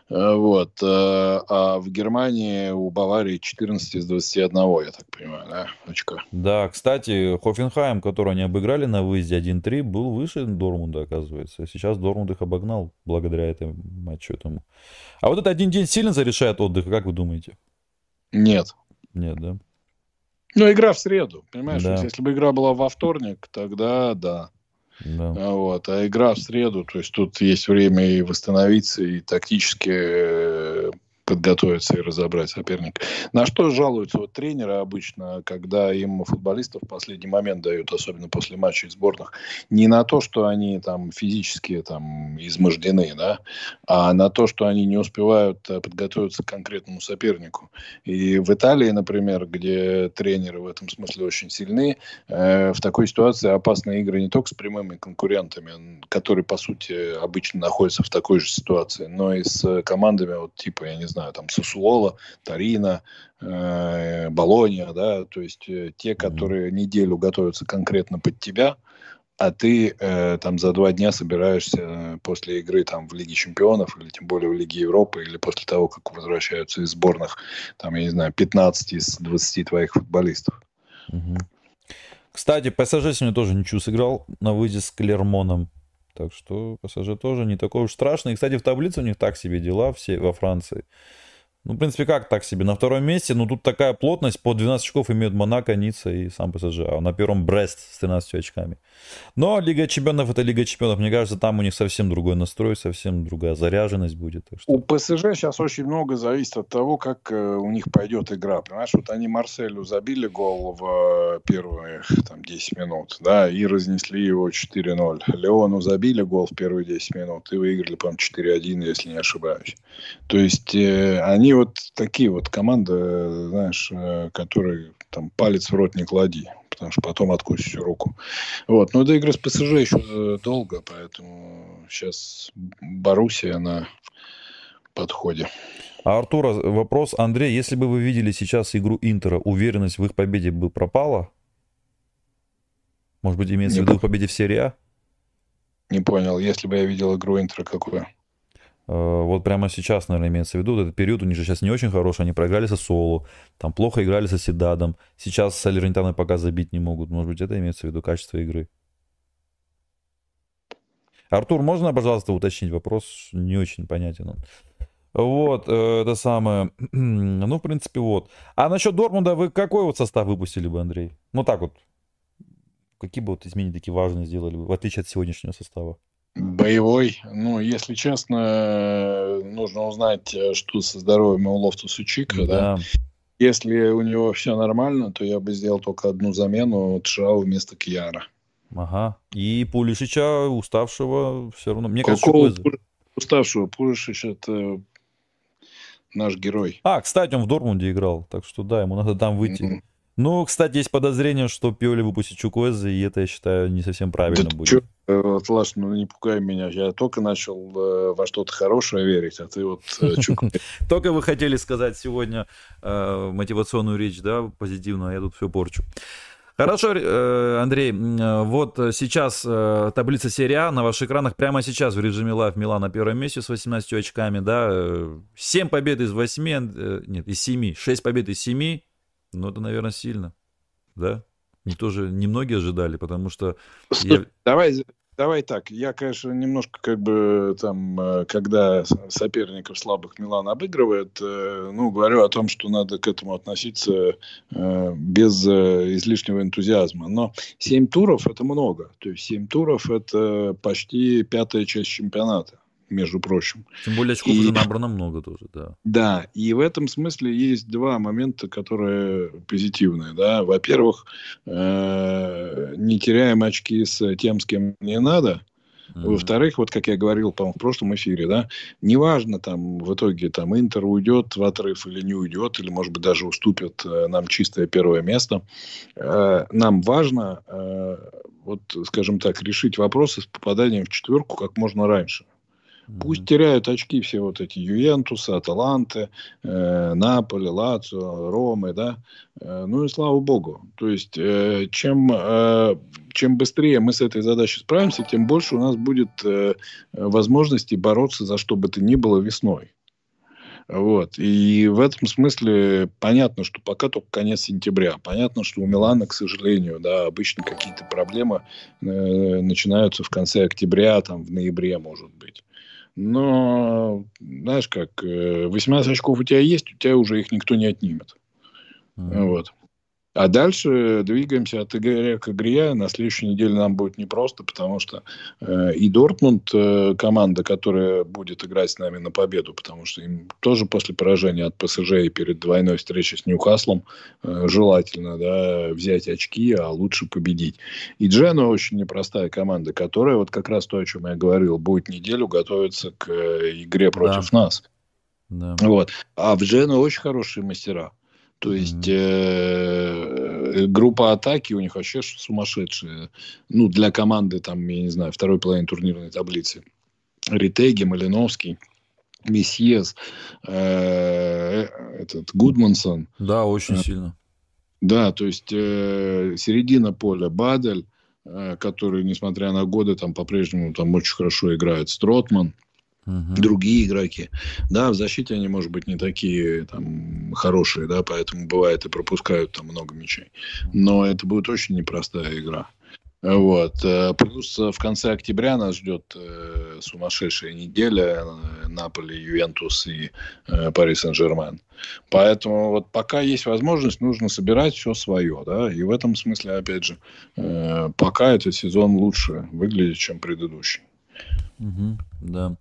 Э, Вот. э, А в Германии у Баварии четырнадцать из двадцати одного, я так понимаю, да, очка. Да, кстати, Хофенхайм, который они обыграли на выезде один три, был выше Дортмунда, оказывается. Сейчас Дортмунд их обогнал благодаря этому матчу этому. А вот этот один день сильно зарешает отдых, как вы думаете? Нет. Нет, да? Ну, игра в среду, понимаешь? То есть, Да, если бы игра была во вторник, тогда да. да. А Вот. А игра в среду, то есть тут есть время и восстановиться, и тактически э, подготовиться и разобрать соперника. На что жалуются вот тренеры обычно, когда им футболистов в последний момент дают, особенно после матчей сборных, не на то, что они там физически там измождены, да, а на то, что они не успевают э, подготовиться к конкретному сопернику. И в Италии, например, где тренеры в этом смысле очень сильны, Э, в такой ситуации опасны игры не только с прямыми конкурентами, которые, по сути, обычно находятся в такой же ситуации, но и с командами, вот типа, я не знаю, там, Сассуоло, Торино, э, Болонья, да, то есть э, те, Мгм. которые неделю готовятся конкретно под тебя, а ты э, там за два дня собираешься э, после игры там в Лиге Чемпионов или тем более в Лиге Европы или после того, как возвращаются из сборных, там, я не знаю, пятнадцать из двадцати твоих футболистов. Мгм. Кстати, ПСЖ сегодня тоже ничью сыграл на выезде с Клермоном. Так что ПСЖ тоже не такой уж страшный. И, кстати, в таблице у них так себе дела все во Франции. Ну, в принципе, как так себе? На втором месте, ну, тут такая плотность, по двенадцать очков имеют Монако, Ницца и сам ПСЖ. А на первом Брест с тринадцатью очками. Но Лига Чемпионов — это Лига Чемпионов. Мне кажется, там у них совсем другой настрой, совсем другая заряженность будет. Так У что... ПСЖ сейчас очень много зависит от того, как э, у них пойдет игра. Понимаешь, вот они Марселю забили гол в э, первые там, десять минут, да, и разнесли его четыре ноль. Леону забили гол в первые десять минут и выиграли, по-моему, четыре один, если не ошибаюсь. То есть э, они вот такие вот команды, э, знаешь, э, которые там палец в рот не клади, потому что потом откусишь руку. Вот. Но до игры с ПСЖ еще э, долго, поэтому сейчас Боруссия на подходе. А Артура, вопрос. Андрей, если бы вы видели сейчас игру Интера, уверенность в их победе бы пропала? Может быть, имеется Не, в виду их победе в серии А? не понял, если бы я видел игру Интера какую. Э, Вот прямо сейчас, наверное, имеется в виду, вот этот период у них же сейчас не очень хороший, они проиграли со Солу, там плохо играли со Седадом, сейчас с Салернитаной пока забить не могут, может быть, это имеется в виду качество игры. Артур, можно, пожалуйста, уточнить вопрос? Не очень понятен он. Вот, э, это самое, ну, в принципе, вот. А насчет Дортмунда вы какой вот состав выпустили бы, Андрей? Ну, так вот, какие бы вот изменения такие важные сделали бы, в отличие от сегодняшнего состава? Боевой. Ну, если честно, нужно узнать, э, что со здоровьем у Лофтуса Чика, да. Да, Если у него все нормально, то я бы сделал только одну замену, Тшау вместо Кьяра. ага. И Пулишича, уставшего, все равно, мне кажется, Какого Чуквеза. Пу- уставшего? Пулишич — это наш герой. А, кстати, он в Дортмунде играл, так что да, ему надо там выйти. Мгм. Ну, кстати, есть подозрение, что Пиоли выпустит Чуквеза, и это, я считаю, не совсем Да правильно ты будет. чё, э, вот, Лаш, ну не пугай меня. Я только начал э, во что-то хорошее верить, а ты вот э, чё, Только вы хотели сказать сегодня э, мотивационную речь, да, позитивную, а я тут все порчу. Хорошо, э, Андрей, м, э, вот сейчас э, таблица серии А на ваших экранах прямо сейчас в режиме лайв. Милан на первом месте с восемнадцатью очками, да, э, семь побед из восьми, э, нет, из семи, шесть побед из семи, ну это, наверное, сильно, да? Не тоже немногие ожидали, потому что Слушай, я... давай, давай так. Я, конечно, немножко как бы там, э, когда с- соперников слабых Милан обыгрывает, э, ну, говорю о том, что надо к этому относиться э, без э, излишнего энтузиазма. Но семь туров — это много. То есть семь туров — это почти пятая часть чемпионата, между прочим. Тем более очков уже И набрано много тоже, да. да, и в этом смысле есть два момента, которые позитивные. Да. Во-первых, э, не теряем очки с тем, с кем не надо. Мгм. Во-вторых, вот как я говорил, по-моему, в прошлом эфире, да, неважно там в итоге там Интер уйдет в отрыв или не уйдет, или, может быть, даже уступит э, нам чистое первое место. Э, нам важно, э, вот, скажем так, решить вопросы с попаданием в четверку как можно раньше. Пусть Мгм. теряют очки все вот эти Ювентусы, Аталанты, э, Наполи, Лацио, Ромы, да. Э, ну и слава богу. То есть, э, чем, э, чем быстрее мы с этой задачей справимся, тем больше у нас будет э, возможностей бороться за что бы то ни было весной. Вот. И в этом смысле понятно, что пока только конец сентября. Понятно, что у Милана, к сожалению, да, обычно какие-то проблемы э, начинаются в конце октября, там, в ноябре, может быть. Но, знаешь как, восемнадцать очков у тебя есть, у тебя уже их никто не отнимет. Mm-hmm. Вот. А дальше двигаемся от игры к игре. На следующей неделе нам будет непросто, потому что э, и Дортмунд, э, команда, которая будет играть с нами на победу, потому что им тоже после поражения от ПСЖ и перед двойной встречей с Ньюкаслом э, желательно, да, взять очки, а лучше победить. И Джено очень непростая команда, которая, вот как раз то, о чем я говорил, будет неделю готовиться к э, игре против да. нас. Да. Вот. А в Джено очень хорошие мастера. То есть э, группа атаки у них вообще сумасшедшая. Ну, для команды, там, я не знаю, второй половины турнирной таблицы. Ритеги, Малиновский, Месьес, э, этот Гудмансон. Да, очень э, сильно. Да, то есть э, середина поля Бадель, э, который, несмотря на годы, там по-прежнему там очень хорошо играет. Стротман. Uh-huh. Другие игроки. Да, в защите они, может быть, не такие там хорошие, да, поэтому бывает и пропускают там много мячей. Но это будет очень непростая игра. Вот. Плюс в конце октября нас ждет э, сумасшедшая неделя. Наполи, Ювентус и э, Пари Сен-Жермен. Поэтому вот пока есть возможность, нужно собирать все свое. Да? И в этом смысле, опять же, э, пока этот сезон лучше выглядит, чем предыдущий. Uh-huh. Да.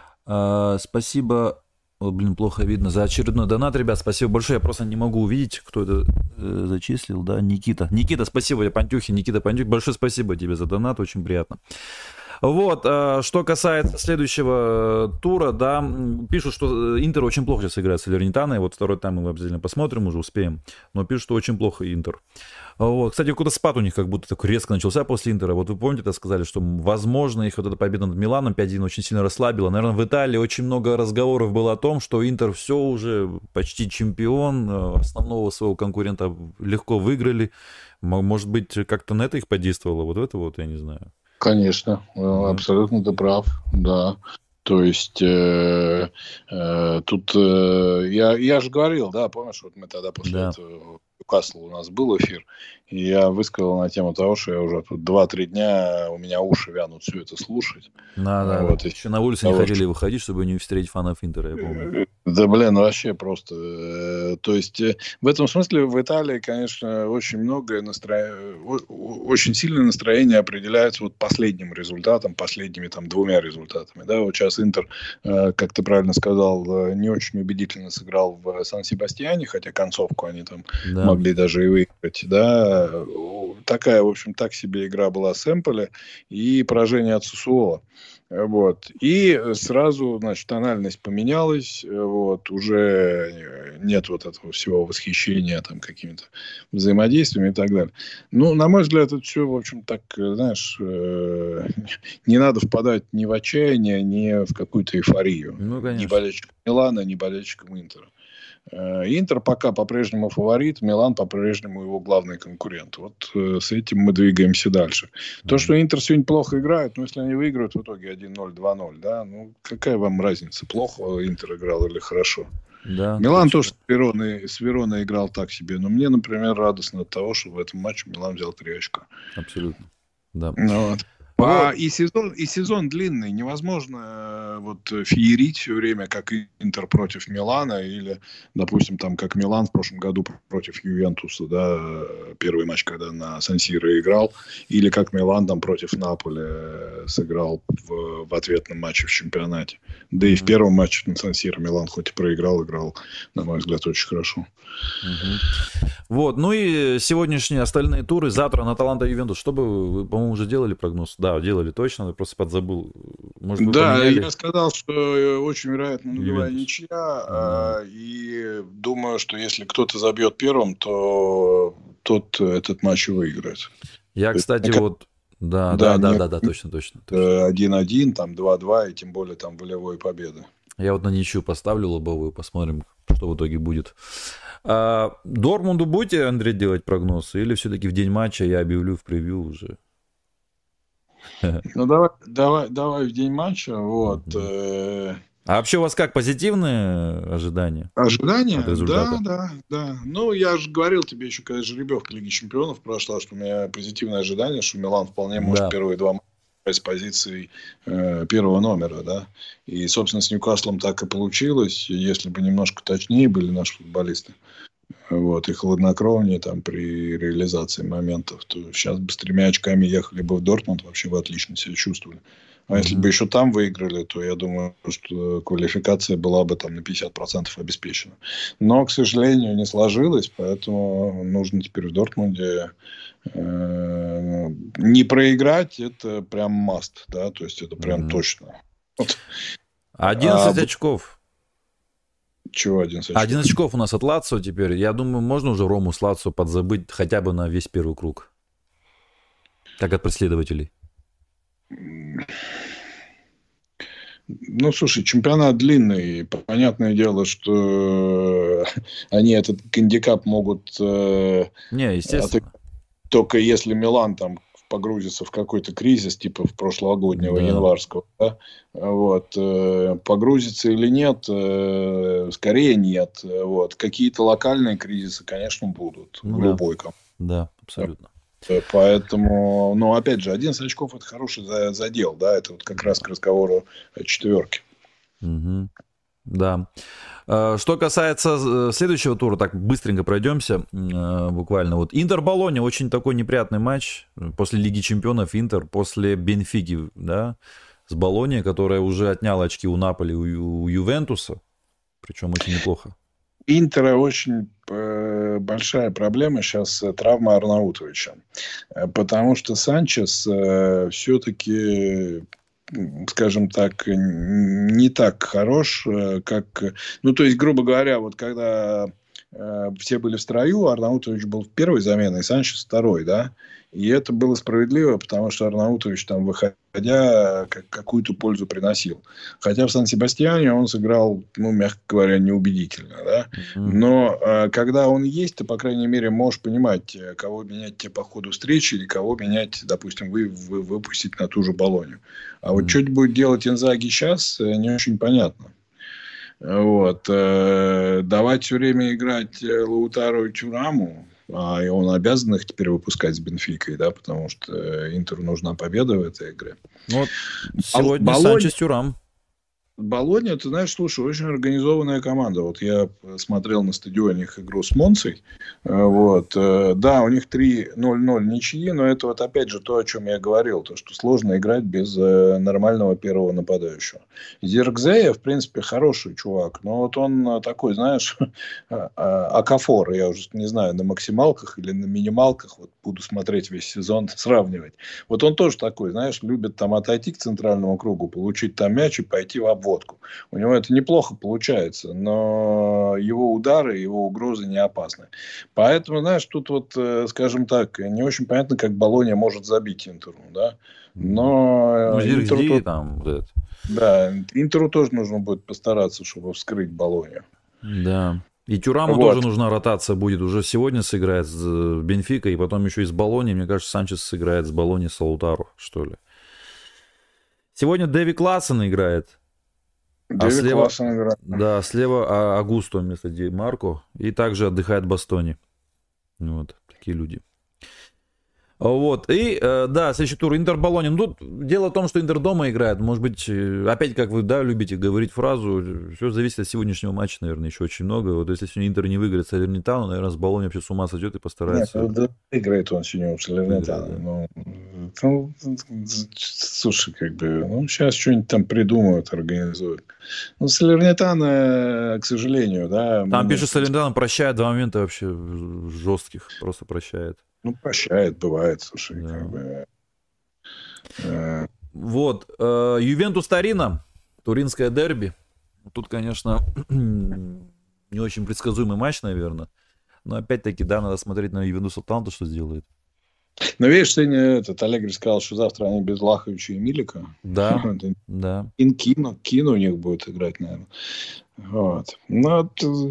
А, спасибо, о, блин, плохо видно, за очередной донат, ребят, спасибо большое, я просто не могу увидеть, кто это э, зачислил, да, Никита, Никита, спасибо, я Пантюхин, Никита Пантюхин, большое спасибо тебе за донат, очень приятно. Вот, что касается следующего тура, да, пишут, что Интер очень плохо сейчас играет с Салернитаной, вот второй тайм мы обязательно посмотрим, уже успеем, но пишут, что очень плохо Интер. Вот. Кстати, какой-то спад у них как будто такой резко начался после Интера, вот вы помните, это сказали, что, возможно, их вот эта победа над Миланом пять один очень сильно расслабила, наверное, в Италии очень много разговоров было о том, что Интер все уже почти чемпион, основного своего конкурента легко выиграли, может быть, как-то на это их подействовало, вот это вот, я не знаю. Конечно, абсолютно ты прав, да. То есть э, э, тут э, я, я же говорил, да, помнишь, вот мы тогда после да. этого Ньюкасла у нас был эфир, и я высказал на тему того, что я уже тут два-три дня, у меня уши вянут все это слушать. Да, да, вот, да. Еще на улицу того, не хотели что... выходить, чтобы не встретить фанов Интера, я помню. Да, блин, вообще просто. То есть, в этом смысле в Италии, конечно, очень многое настроение, очень сильное настроение определяется вот последним результатом, последними там двумя результатами. Да, вот сейчас Интер, как ты правильно сказал, не очень убедительно сыграл в Сан-Себастьяне, хотя концовку они там да. могли даже и выиграть, да. Такая, в общем, так себе игра была с Эмполи и поражение от Сассуоло. Вот. И сразу, значит, тональность поменялась, вот, уже нет вот этого всего восхищения там какими-то взаимодействиями и так далее. Ну, на мой взгляд, это все, в общем, так, знаешь, э, не надо впадать ни в отчаяние, ни в какую-то эйфорию. Ну, ни болельщикам Милана, ни болельщикам Интера. Интер пока по-прежнему фаворит, Милан по-прежнему его главный конкурент. Вот э, с этим мы двигаемся дальше. Mm-hmm. То, что Интер сегодня плохо играет, ну, если они выиграют в итоге один ноль, два ноль, да, ну, какая вам разница, плохо Интер играл или хорошо? Да, Милан тоже с Вероной, с Вероной играл так себе, но мне, например, радостно от того, что в этом матче Милан взял три очка. Абсолютно, да. Ну, вот. А, и, сезон, и сезон длинный. Невозможно вот феерить все время, как Интер против Милана, или, допустим, там, как Милан в прошлом году против Ювентуса, да, первый матч, когда на Сан-Сиро играл, или как Милан там против Наполи сыграл в, в ответном матче в чемпионате. Да и mm-hmm. в первом матче на Сан-Сиро Милан хоть и проиграл, играл, на мой взгляд, очень хорошо. Mm-hmm. Вот, ну и сегодняшние остальные туры, завтра на Аталанта Ювентус, что бы вы, по-моему, уже делали прогноз? Да, делали точно, я просто подзабыл. Может, да, поменяли? Я сказал, что очень вероятно нулевая ничья, а, и думаю, что если кто-то забьет первым, то тот этот матч выиграет. Я, то кстати, есть, вот... Да, да, да, да, да, да, точно, точно. один-один, там два-два, и тем более там волевой победы. Я вот на ничью поставлю лобовую, посмотрим, что в итоге будет. А, Дортмунду будете, Андрей, делать прогнозы, или все-таки в день матча я объявлю в превью уже? Ну, давай, давай, давай в день матча. Вот. Mm-hmm. А вообще у вас как, позитивные ожидания? Ожидания? Да, да, да. Ну, я же говорил тебе еще, когда жеребьевка Лиги Чемпионов прошла, что у меня позитивное ожидание, что Милан вполне может да. первые два матча с позиции э, первого номера, да. И, собственно, с Ньюкаслом так и получилось. Если бы немножко точнее были наши футболисты, вот, и хладнокровнее там при реализации моментов, то сейчас бы с тремя очками ехали бы в Дортмунд, вообще бы отлично себя чувствовали. А mm-hmm. если бы еще там выиграли, то я думаю, что квалификация была бы там на пятьдесят процентов обеспечена. Но, к сожалению, не сложилось, поэтому нужно теперь в Дортмунде э, не проиграть, это прям must, да, то есть это прям mm-hmm. точно. Вот. одиннадцать а, очков. Чего одиннадцать очков? одиннадцать очков у нас от Лацио теперь. Я думаю, можно уже Рому с Лацио подзабыть хотя бы на весь первый круг. Так от преследователей. Ну, слушай, чемпионат длинный. Понятное дело, что они этот гандикап могут... Не, естественно. Только если Милан там погрузится в какой-то кризис, типа в прошлогоднего, да. январского, да? Вот. Погрузится или нет, скорее нет. Вот. Какие-то локальные кризисы, конечно, будут ну, в да. любой команде. Да, абсолютно. Поэтому, ну, опять же, одиннадцать очков – это хороший задел, да, это вот как раз к разговору о четверке. Угу. Да. Что касается следующего тура, так быстренько пройдемся, буквально. Вот Интер-Болонья, очень такой неприятный матч. После Лиги Чемпионов Интер, после Бенфики, да, с Болоньей, которая уже отняла очки у Наполи, у, у Ювентуса, причем очень неплохо. Интера очень э, большая проблема сейчас травма Арнаутовича. Потому что Санчес э, все-таки, скажем так, не так хорош, как... Ну, то есть, грубо говоря, вот когда э, все были в строю, Арнаутович был первой заменой, Санчес второй, да? И это было справедливо, потому что Арнаутович там, выходя, как, какую-то пользу приносил. Хотя в Сан-Себастьяне он сыграл, ну, мягко говоря, неубедительно. Да? Mm-hmm. Но э, когда он есть, ты, по крайней мере, можешь понимать, кого менять тебе по ходу встречи или кого менять, допустим, вы, вы, выпустить на ту же Болонью. А mm-hmm. вот что будет делать Инзаги сейчас, не очень понятно. Вот. Э, давать все время играть Лаутаро и Тюраму, а он обязан их теперь выпускать с Бенфикой, да, потому что Интеру нужна победа в этой игре. Вот сегодня Болонь... Санчес Тюрам. Болонья, ты знаешь, слушай, очень организованная команда. Вот я смотрел на стадионе их игру с Монцей. Вот. Да, у них три ноль-ноль ничьи, но это вот опять же то, о чем я говорил. То, что сложно играть без нормального первого нападающего. Зиркзея, в принципе, хороший чувак. Но вот он такой, знаешь, акафор. Я уже не знаю, на максималках или на минималках. Вот буду смотреть весь сезон, сравнивать. Вот он тоже такой, знаешь, любит там отойти к центральному кругу, получить там мяч и пойти в обвод. Водку. У него это неплохо получается, но его удары, его угрозы не опасны. Поэтому, знаешь, тут вот, скажем так, не очень понятно, как Болонья может забить Интеру, да. Но ну, Интеру, то... там, да. Да, Интеру тоже нужно будет постараться, чтобы вскрыть Болонью. Да. И Тюраму вот. Тоже нужна ротация будет. Уже сегодня сыграет с Бенфикой, и потом еще и с Болоньей. Мне кажется, Санчес сыграет с Болоньей с Лаутаро, что ли. Сегодня Дэви Классен играет. А слева, да, слева Агусто вместо Ди Марко. И также отдыхает Бастони. Вот, такие люди. Вот, и, да, следующий тур Интер-Болонья. Ну, тут дело в том, что Интер дома играет. Может быть, опять, как вы, да, любите говорить фразу, все зависит от сегодняшнего матча, наверное, еще очень много. Вот если сегодня Интер не выиграет Салернитану, наверное, с Болоньей вообще с ума сойдет и постарается. Нет, да, играет он сегодня у Салернитану. Ну, слушай, как бы, ну, сейчас что-нибудь там придумают, организуют. Ну, Салернитана, к сожалению, да. Там пишет, Салернитана прощает два момента вообще жестких, просто прощает. Ну, прощает, бывает, слушай, да. Как бы... Э... Вот, э, Ювентус-Торино, туринское дерби. Тут, конечно, не очень предсказуемый матч, наверное. Но, опять-таки, да, надо смотреть на Ювентус-Аталанту, что сделает. Ну, видишь, сегодня этот Аллегри сказал, что завтра они без Влаховича и Милика. Да, да. Кино, Кино у них будет играть, наверное. Вот. Ну,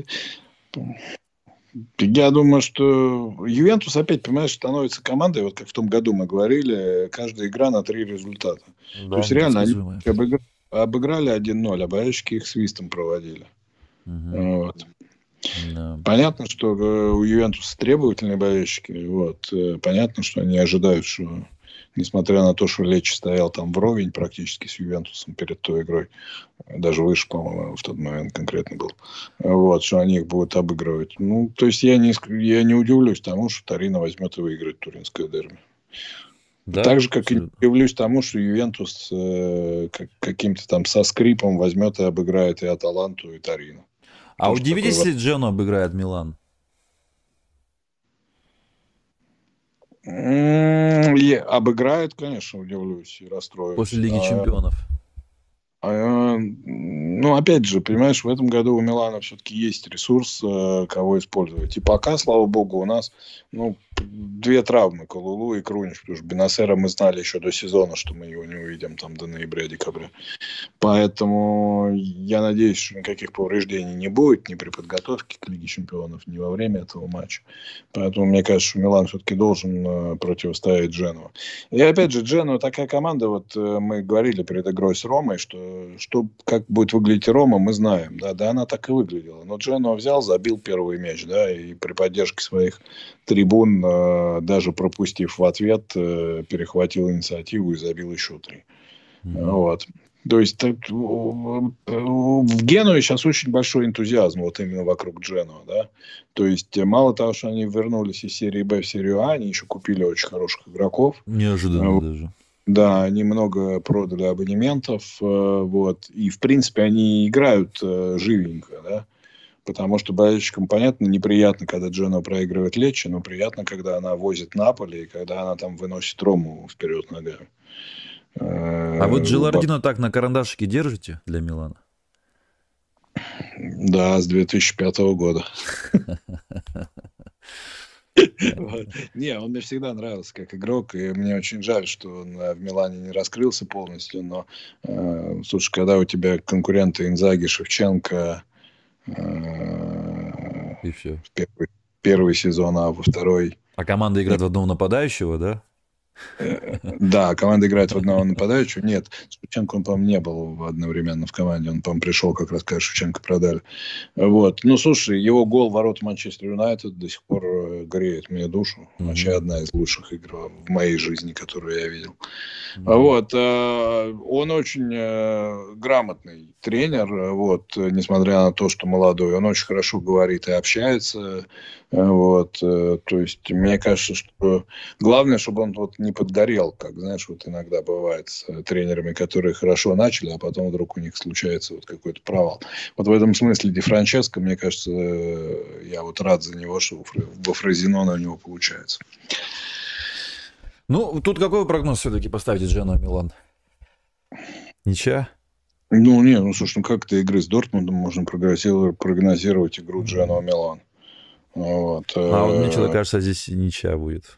я думаю, что Ювентус опять, понимаешь, становится командой, вот как в том году мы говорили, каждая игра на три результата. Да, то есть реально они обыграли обыграли один ноль, а болельщики их свистом проводили. Угу. Вот. Да. Понятно, что у Ювентуса требовательные болельщики. Вот. Понятно, что они ожидают, что, несмотря на то, что Лечи стоял там вровень практически с Ювентусом перед той игрой, даже выше, по-моему, в тот момент конкретно был, вот, что они их будут обыгрывать. Ну, то есть я не, я не удивлюсь тому, что Торино возьмет и выиграет туринское дерби. Да, так же, как абсолютно. и не удивлюсь тому, что Ювентус э, как, каким-то там со скрипом возьмет и обыграет и Аталанту, и Торино. А удивитесь, если Джену обыграет Милан? И обыграет, конечно, удивлюсь и расстроюсь. После Лиги а, Чемпионов. а, ну, опять же, понимаешь, в этом году у Милана все-таки есть ресурс, кого использовать. И пока, слава богу, у нас ну, две травмы, Калулу и Крунич. Потому что Бенасера мы знали еще до сезона, что мы его не увидим там до ноября-декабря. Поэтому я надеюсь, что никаких повреждений не будет ни при подготовке к Лиге Чемпионов, ни во время этого матча. Поэтому мне кажется, что Милан все-таки должен противостоять Джену. И опять же, Джену такая команда, вот мы говорили перед игрой с Ромой, что, что как будет выглядеть Рома, мы знаем. Да, да, она так и выглядела. Но Джену взял, забил первый мяч, да, и при поддержке своих трибун, даже пропустив в ответ, перехватил инициативу и забил еще три. Mm-hmm. Вот. То есть в Генуе сейчас очень большой энтузиазм вот именно вокруг Дженуа, да. То есть мало того, что они вернулись из серии Б в серию А, они еще купили очень хороших игроков. Неожиданно вот. Даже. Да, они много продали абонементов, вот. И в принципе они играют живенько, да. Потому что болельщикам, понятно, неприятно, когда Дженоа проигрывает Лечи, но приятно, когда она возит Наполи и когда она там выносит Рому вперед ногами. А вы Джилардино так на карандашике держите для Милана? Да, с две тысячи пятого года. Не, он мне всегда нравился как игрок, и мне очень жаль, что он в Милане не раскрылся полностью, но, слушай, когда у тебя конкуренты Инзаги, Шевченко, и все. Первый, первый сезон, а во второй... А команда играет в одного нападающего, да? Да, команда играет в одного нападающего. Нет, Шевченко, он, по-моему, не был одновременно в команде. Он, по-моему, пришел как раз, когда Шевченко продали. Вот. Ну, слушай, его гол в ворота Манчестер Юнайтед до сих пор греет мне душу. Mm-hmm. Вообще одна из лучших игр в моей жизни, которую я видел. Mm-hmm. Вот. Он очень грамотный тренер, вот, несмотря на то, что молодой. Он очень хорошо говорит и общается. Вот. То есть, мне кажется, что главное, чтобы он вот не подгорел, как, знаешь, вот иногда бывает с тренерами, которые хорошо начали, а потом вдруг у них случается вот какой-то провал. Вот в этом смысле Ди Франческо, мне кажется, я вот рад за него, что во Фрозиноне у него получается. Ну, тут какой прогноз все-таки поставите Дженоа Милан? Ничья? Ну, не, ну, слушай, ну как ты игры с Дортмундом можно прогнозировать игру Дженоа Милан? Вот. А вот мне что-то кажется, здесь ничья будет.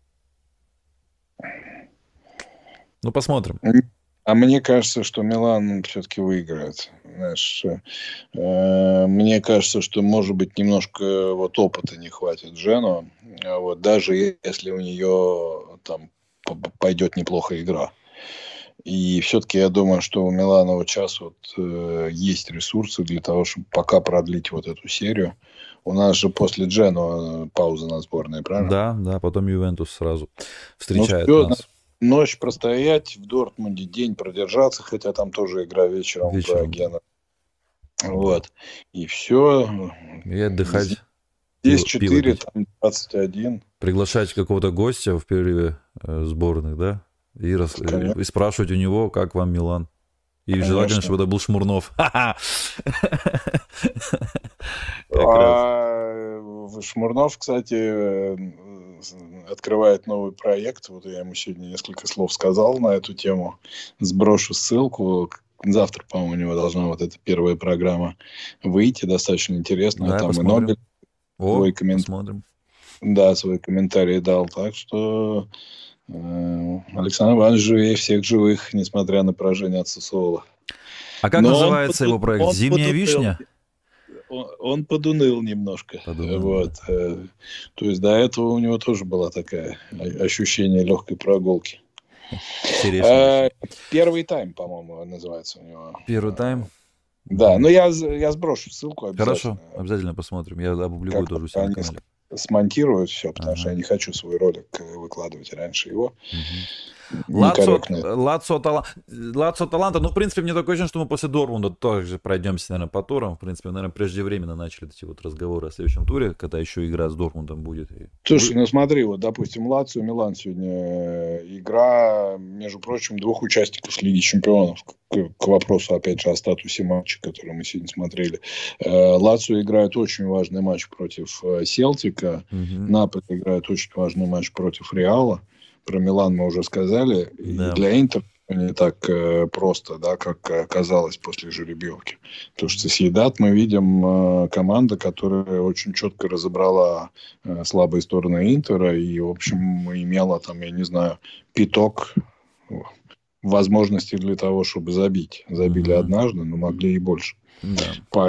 Ну, посмотрим. А мне кажется, что Милан все-таки выиграет. Знаешь, э, мне кажется, что, может быть, немножко вот опыта не хватит Джену. Вот, даже если у нее там пойдет неплохая игра. И все-таки я думаю, что у Милана вот сейчас вот, э, есть ресурсы для того, чтобы пока продлить вот эту серию. У нас же после Джену пауза на сборной, правильно? Да, да, потом Ювентус сразу встречает ну, нас. Ночь простоять в Дортмунде, день продержаться, хотя там тоже игра вечером, вечером. в Гена. Вот. И все. И отдыхать. Здесь четыре, там двадцать один. Приглашать какого-то гостя в перерыве э, сборных, да? И, рас... и спрашивать у него, как вам Милан. И Конечно. Желательно, чтобы это был Шмурнов. Шмурнов, кстати, открывает новый проект. Вот я ему сегодня несколько слов сказал на эту тему. Сброшу ссылку. Завтра, по-моему, у него должна вот эта первая программа выйти. Достаточно интересная. Да, там посмотрим. и Нобель О, свой комментарий. Посмотрим. Да, свой комментарий дал. Так что э, Александр Иванович живее всех живых, несмотря на поражение от Сассуоло. А как Но называется его проект? «Зимняя подуныл. Вишня»? Он, он подуныл немножко. Подуныл, вот. да. То есть до этого у него тоже было такое ощущение легкой прогулки. Первый тайм, по-моему, называется у него. Первый тайм? Да, ну я, я сброшу ссылку обязательно. Хорошо, обязательно посмотрим. Я опубликую тоже у себя на канале. Смонтируют все, потому ага. что я не хочу свой ролик выкладывать раньше его. Угу. Лацио Аталанта, ну, в принципе, мне такое ощущение, что мы после Дортмунда тоже пройдемся, наверное, по турам. В принципе, наверное, преждевременно начали эти вот разговоры о следующем туре, когда еще игра с Дортмундом будет. Слушай, ну смотри, вот, допустим, Лацио, Милан сегодня игра, между прочим, двух участников Лиги Чемпионов. К, к вопросу, опять же, о статусе матча, который мы сегодня смотрели. Лацио играет очень важный матч против Селтика. Угу. Наполи играет очень важный матч против Реала. Про Милан мы уже сказали. Да. И для Интера не так э, просто, да, как оказалось после жеребьевки. Потому что Сьедат мы видим э, команда, которая очень четко разобрала э, слабые стороны Интера и, в общем, имела там, я не знаю, пяток возможностей для того, чтобы забить. Забили mm-hmm. однажды, но могли и больше. Да.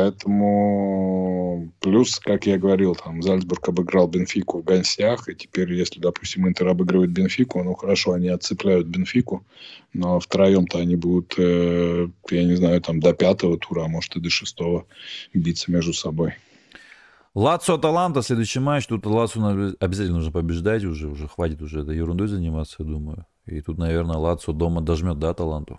Поэтому плюс, как я говорил, там Зальцбург обыграл Бенфику в гостях, и теперь, если, допустим, Интер обыгрывает Бенфику, ну хорошо, они отцепляют Бенфику, но втроем-то они будут, э, я не знаю, там до пятого тура, а может и до шестого биться между собой. Лацио Аталанта, следующий матч. Тут Лацио обязательно нужно побеждать уже, уже хватит уже этой ерундой заниматься, я думаю. И тут, наверное, Лацио дома дожмет, да, Аталанту.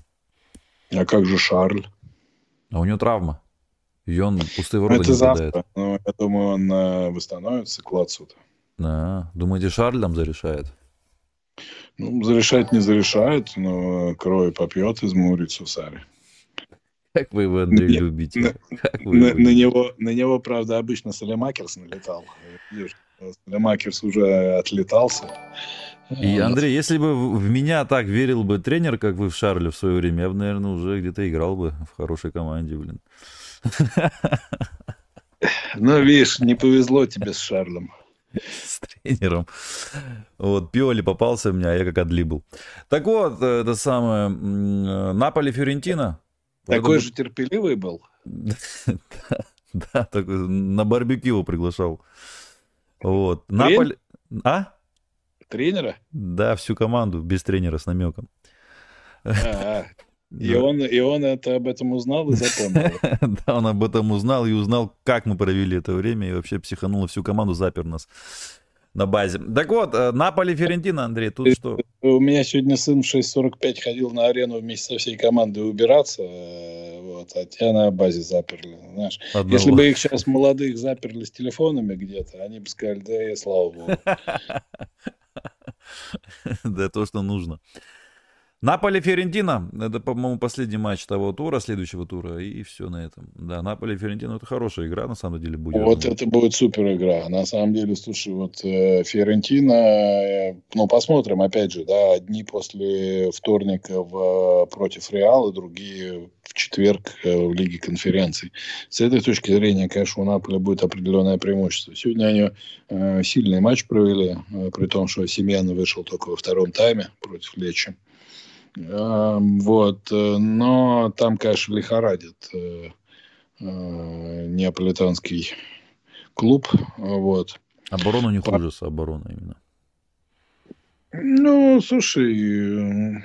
А как же Шарль? А у него травма. И он пустые ворота это не завтра, попадает. Но я думаю, он э, восстановится к Лацио. Да. Думаете, Шарль там зарешает? Ну, зарешает не зарешает, но крови попьет из Маурицу Сарри. Как вы его, Андрей, Нет, любите. На, как вы на, его на, него, на него, правда, обычно Салемакерс налетал. Салемакерс уже отлетался. И, Андрей, если бы в меня так верил бы тренер, как вы в Шарля в свое время, я бы, наверное, уже где-то играл бы в хорошей команде, блин. Ну, видишь, не повезло тебе с Шарлем. С тренером. Вот, Пиоли попался у меня, а я как Адли был. Так вот, это самое, Наполи-Фиорентина. Такой же терпеливый был? Да, такой, на барбекю его приглашал. Вот. Наполи... А? Тренера? Да, всю команду, без тренера, с намеком. А-а. И, да. он, и он это об этом узнал и запомнил. Да, он об этом узнал и узнал, как мы провели это время, и вообще психанул всю команду, запер нас на базе. Так вот, Наполи-Фиорентина, Андрей, тут что? У меня сегодня сын в шесть сорок пять ходил на арену вместе со всей командой убираться, вот, а тебя на базе заперли, знаешь. Одного. Если бы их сейчас молодых заперли с телефонами где-то, они бы сказали, да и слава богу. Да, то, что нужно. Наполи-Фиорентина, это, по-моему, последний матч того тура, следующего тура, и все на этом. Да, Наполи-Фиорентина, это хорошая игра, на самом деле, будет. Вот это будет супер игра. На самом деле, слушай, вот э, Фиорентина, э, ну, посмотрим, опять же, да, одни после вторника в, против Реала, другие в четверг э, в Лиге конференций. С этой точки зрения, конечно, у Наполи будет определенное преимущество. Сегодня они э, сильный матч провели, э, при том, что Симеоне вышел только во втором тайме против Лечи. Вот, но там, конечно, лихорадит неаполитанский клуб, вот. Оборона не хуже, с обороной именно. Ну, слушай,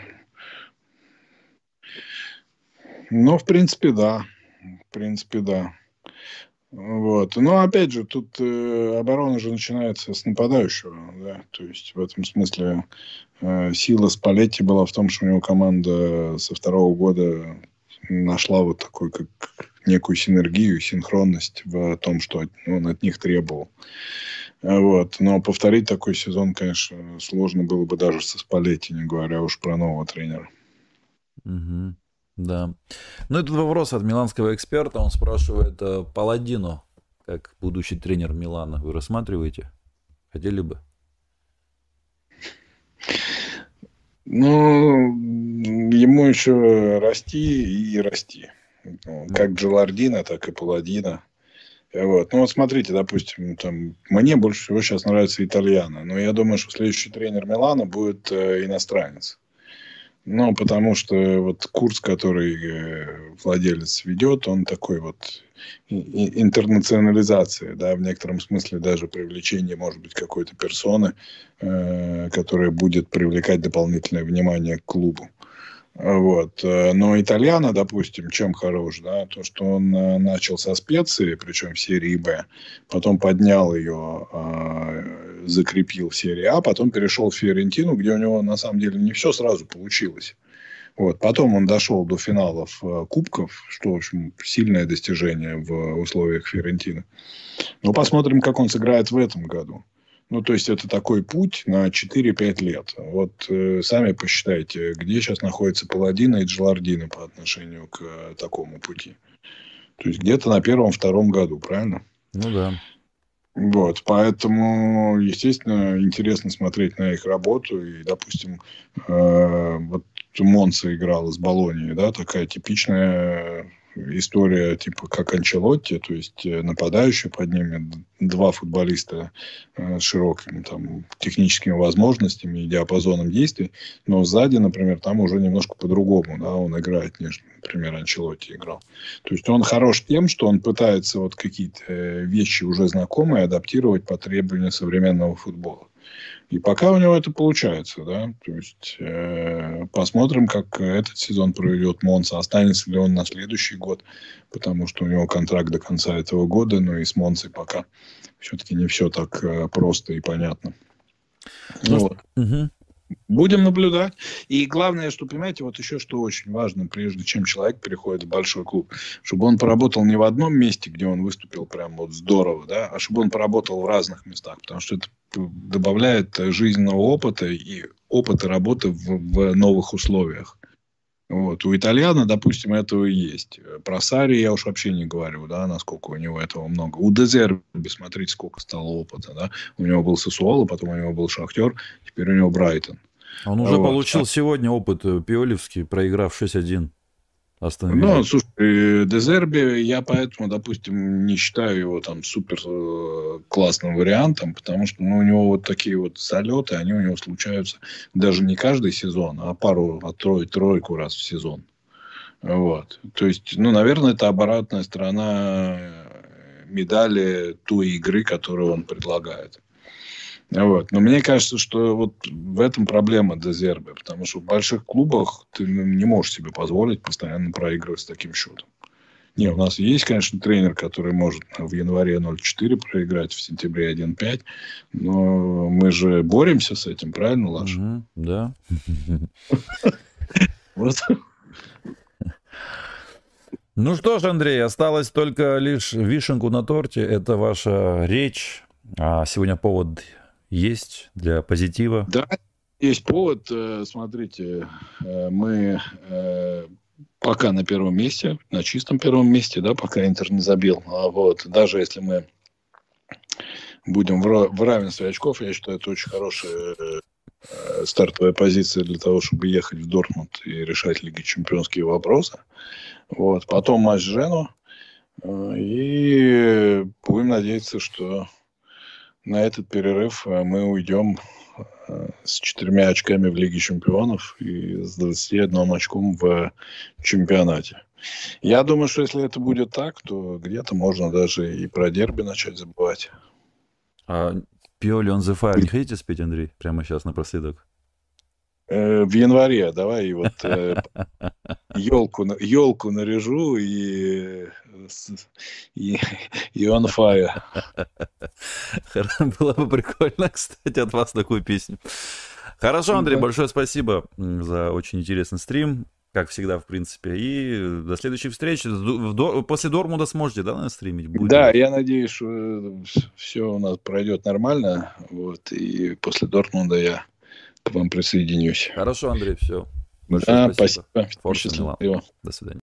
ну, в принципе, да, в принципе, да. Вот. Но опять же, тут э, оборона же начинается с нападающего, да, то есть в этом смысле э, сила Спалетти была в том, что у него команда со второго года нашла вот такую как некую синергию, синхронность в том, что он от них требовал. Вот. Но повторить такой сезон, конечно, сложно было бы даже со Спалетти, не говоря уж про нового тренера. Угу. Да. Ну, этот вопрос от миланского эксперта. Он спрашивает, Паладино, как будущий тренер Милана, вы рассматриваете? Хотели бы? Ну, ему еще расти и расти. Как Джелардино, так и Паладино. Вот. Ну, вот смотрите, допустим, там, мне больше всего сейчас нравится Итальяно. Но я думаю, что следующий тренер Милана будет э, иностранец. Ну, потому что вот курс, который э, владелец ведет, он такой вот и- и- интернационализация, да, в некотором смысле даже привлечение, может быть, какой-то персоны, э, которая будет привлекать дополнительное внимание к клубу. Вот. э, Но Итальяно, допустим, чем хорош, да, то, что он э, начал со специи, причем в серии Б, потом поднял ее, э, закрепил в серии А, потом перешел в Фиорентину, где у него на самом деле не все сразу получилось. Вот. Потом он дошел до финалов э, кубков, что, в общем, сильное достижение в условиях Фиорентины. Но посмотрим, как он сыграет в этом году. Ну, то есть, это такой путь на четыре-пять лет. Вот э, сами посчитайте, где сейчас находится Паладино и Джелардино по отношению к э, такому пути. То есть, где-то на первом-втором году, правильно? Ну да. Вот, поэтому, естественно, интересно смотреть на их работу. И, допустим, э, вот Монца играла с Болонией, да, такая типичная история, типа как Анчелотти, то есть э, нападающий под ними, два футболиста э, с широкими там техническими возможностями и диапазоном действий, но сзади, например, там уже немножко по-другому, да, он играет, нежели, например, Анчелотти играл. То есть он хорош тем, что он пытается вот какие-то э, вещи уже знакомые адаптировать по требованию современного футбола. И пока у него это получается, да, то есть э, посмотрим, как этот сезон проведет Монца, останется ли он на следующий год, потому что у него контракт до конца этого года, но и с Монцей пока все-таки не все так э, просто и понятно. Ну, вот. угу. Будем наблюдать. И главное, что, понимаете, вот еще что очень важно, прежде чем человек переходит в большой клуб, чтобы он поработал не в одном месте, где он выступил прям вот здорово, да, а чтобы он поработал в разных местах, потому что это добавляет жизненного опыта и опыта работы в, в новых условиях. Вот. У Итальяна, допустим, этого и есть. Про Сарри я уж вообще не говорю, да, насколько у него этого много. У Дезерби, смотрите, сколько стало опыта, да. У него был Сассуоло, потом у него был Шахтер, теперь у него Брайтон. Он уже вот. получил а... сегодня опыт пиолевский, проиграв шесть один. Ну, слушай, Дезерби, я поэтому, допустим, не считаю его там супер классным вариантом, потому что ну, у него вот такие вот залеты, они у него случаются даже не каждый сезон, а пару, а трой, тройку раз в сезон. Вот. То есть, ну, наверное, это оборотная сторона медали той игры, которую он предлагает. Вот. Но мне кажется, что вот в этом проблема Дезерби, потому что в больших клубах ты не можешь себе позволить постоянно проигрывать с таким счетом. Не, у нас есть, конечно, тренер, который может в январе ноль четыре проиграть, в сентябре один пять, но мы же боремся с этим, правильно, Лаша? Угу, да. Вот. Ну что ж, Андрей, осталось только лишь вишенку на торте. Это ваша речь. А сегодня повод есть для позитива? Да, есть повод. Смотрите, мы пока на первом месте, на чистом первом месте, да, пока Интер не забил. Вот. Даже если мы будем в равенстве очков, я считаю, это очень хорошая стартовая позиция для того, чтобы ехать в Дортмунд и решать Лиги Чемпионские вопросы. Вот. Потом матч с Жену. И будем надеяться, что на этот перерыв мы уйдем с четырьмя очками в Лиге Чемпионов и с двадцатью одним очком в чемпионате. Я думаю, что если это будет так, то где-то можно даже и про дерби начать забывать. А Pioli on the Fire не хотите спеть, Андрей, прямо сейчас напоследок? В январе давай вот елку, елку наряжу и, и, и on fire. Было бы прикольно, кстати, от вас такую песню. Хорошо, Андрей, большое спасибо за очень интересный стрим, как всегда, в принципе. И до следующей встречи. После Дортмунда сможете, да, стримить? Будете? Да, я надеюсь, что все у нас пройдет нормально. Вот, и после Дортмунда я к вам присоединюсь. Хорошо, Андрей, все. Большое да, спасибо. Спасибо. Счастливо. До свидания.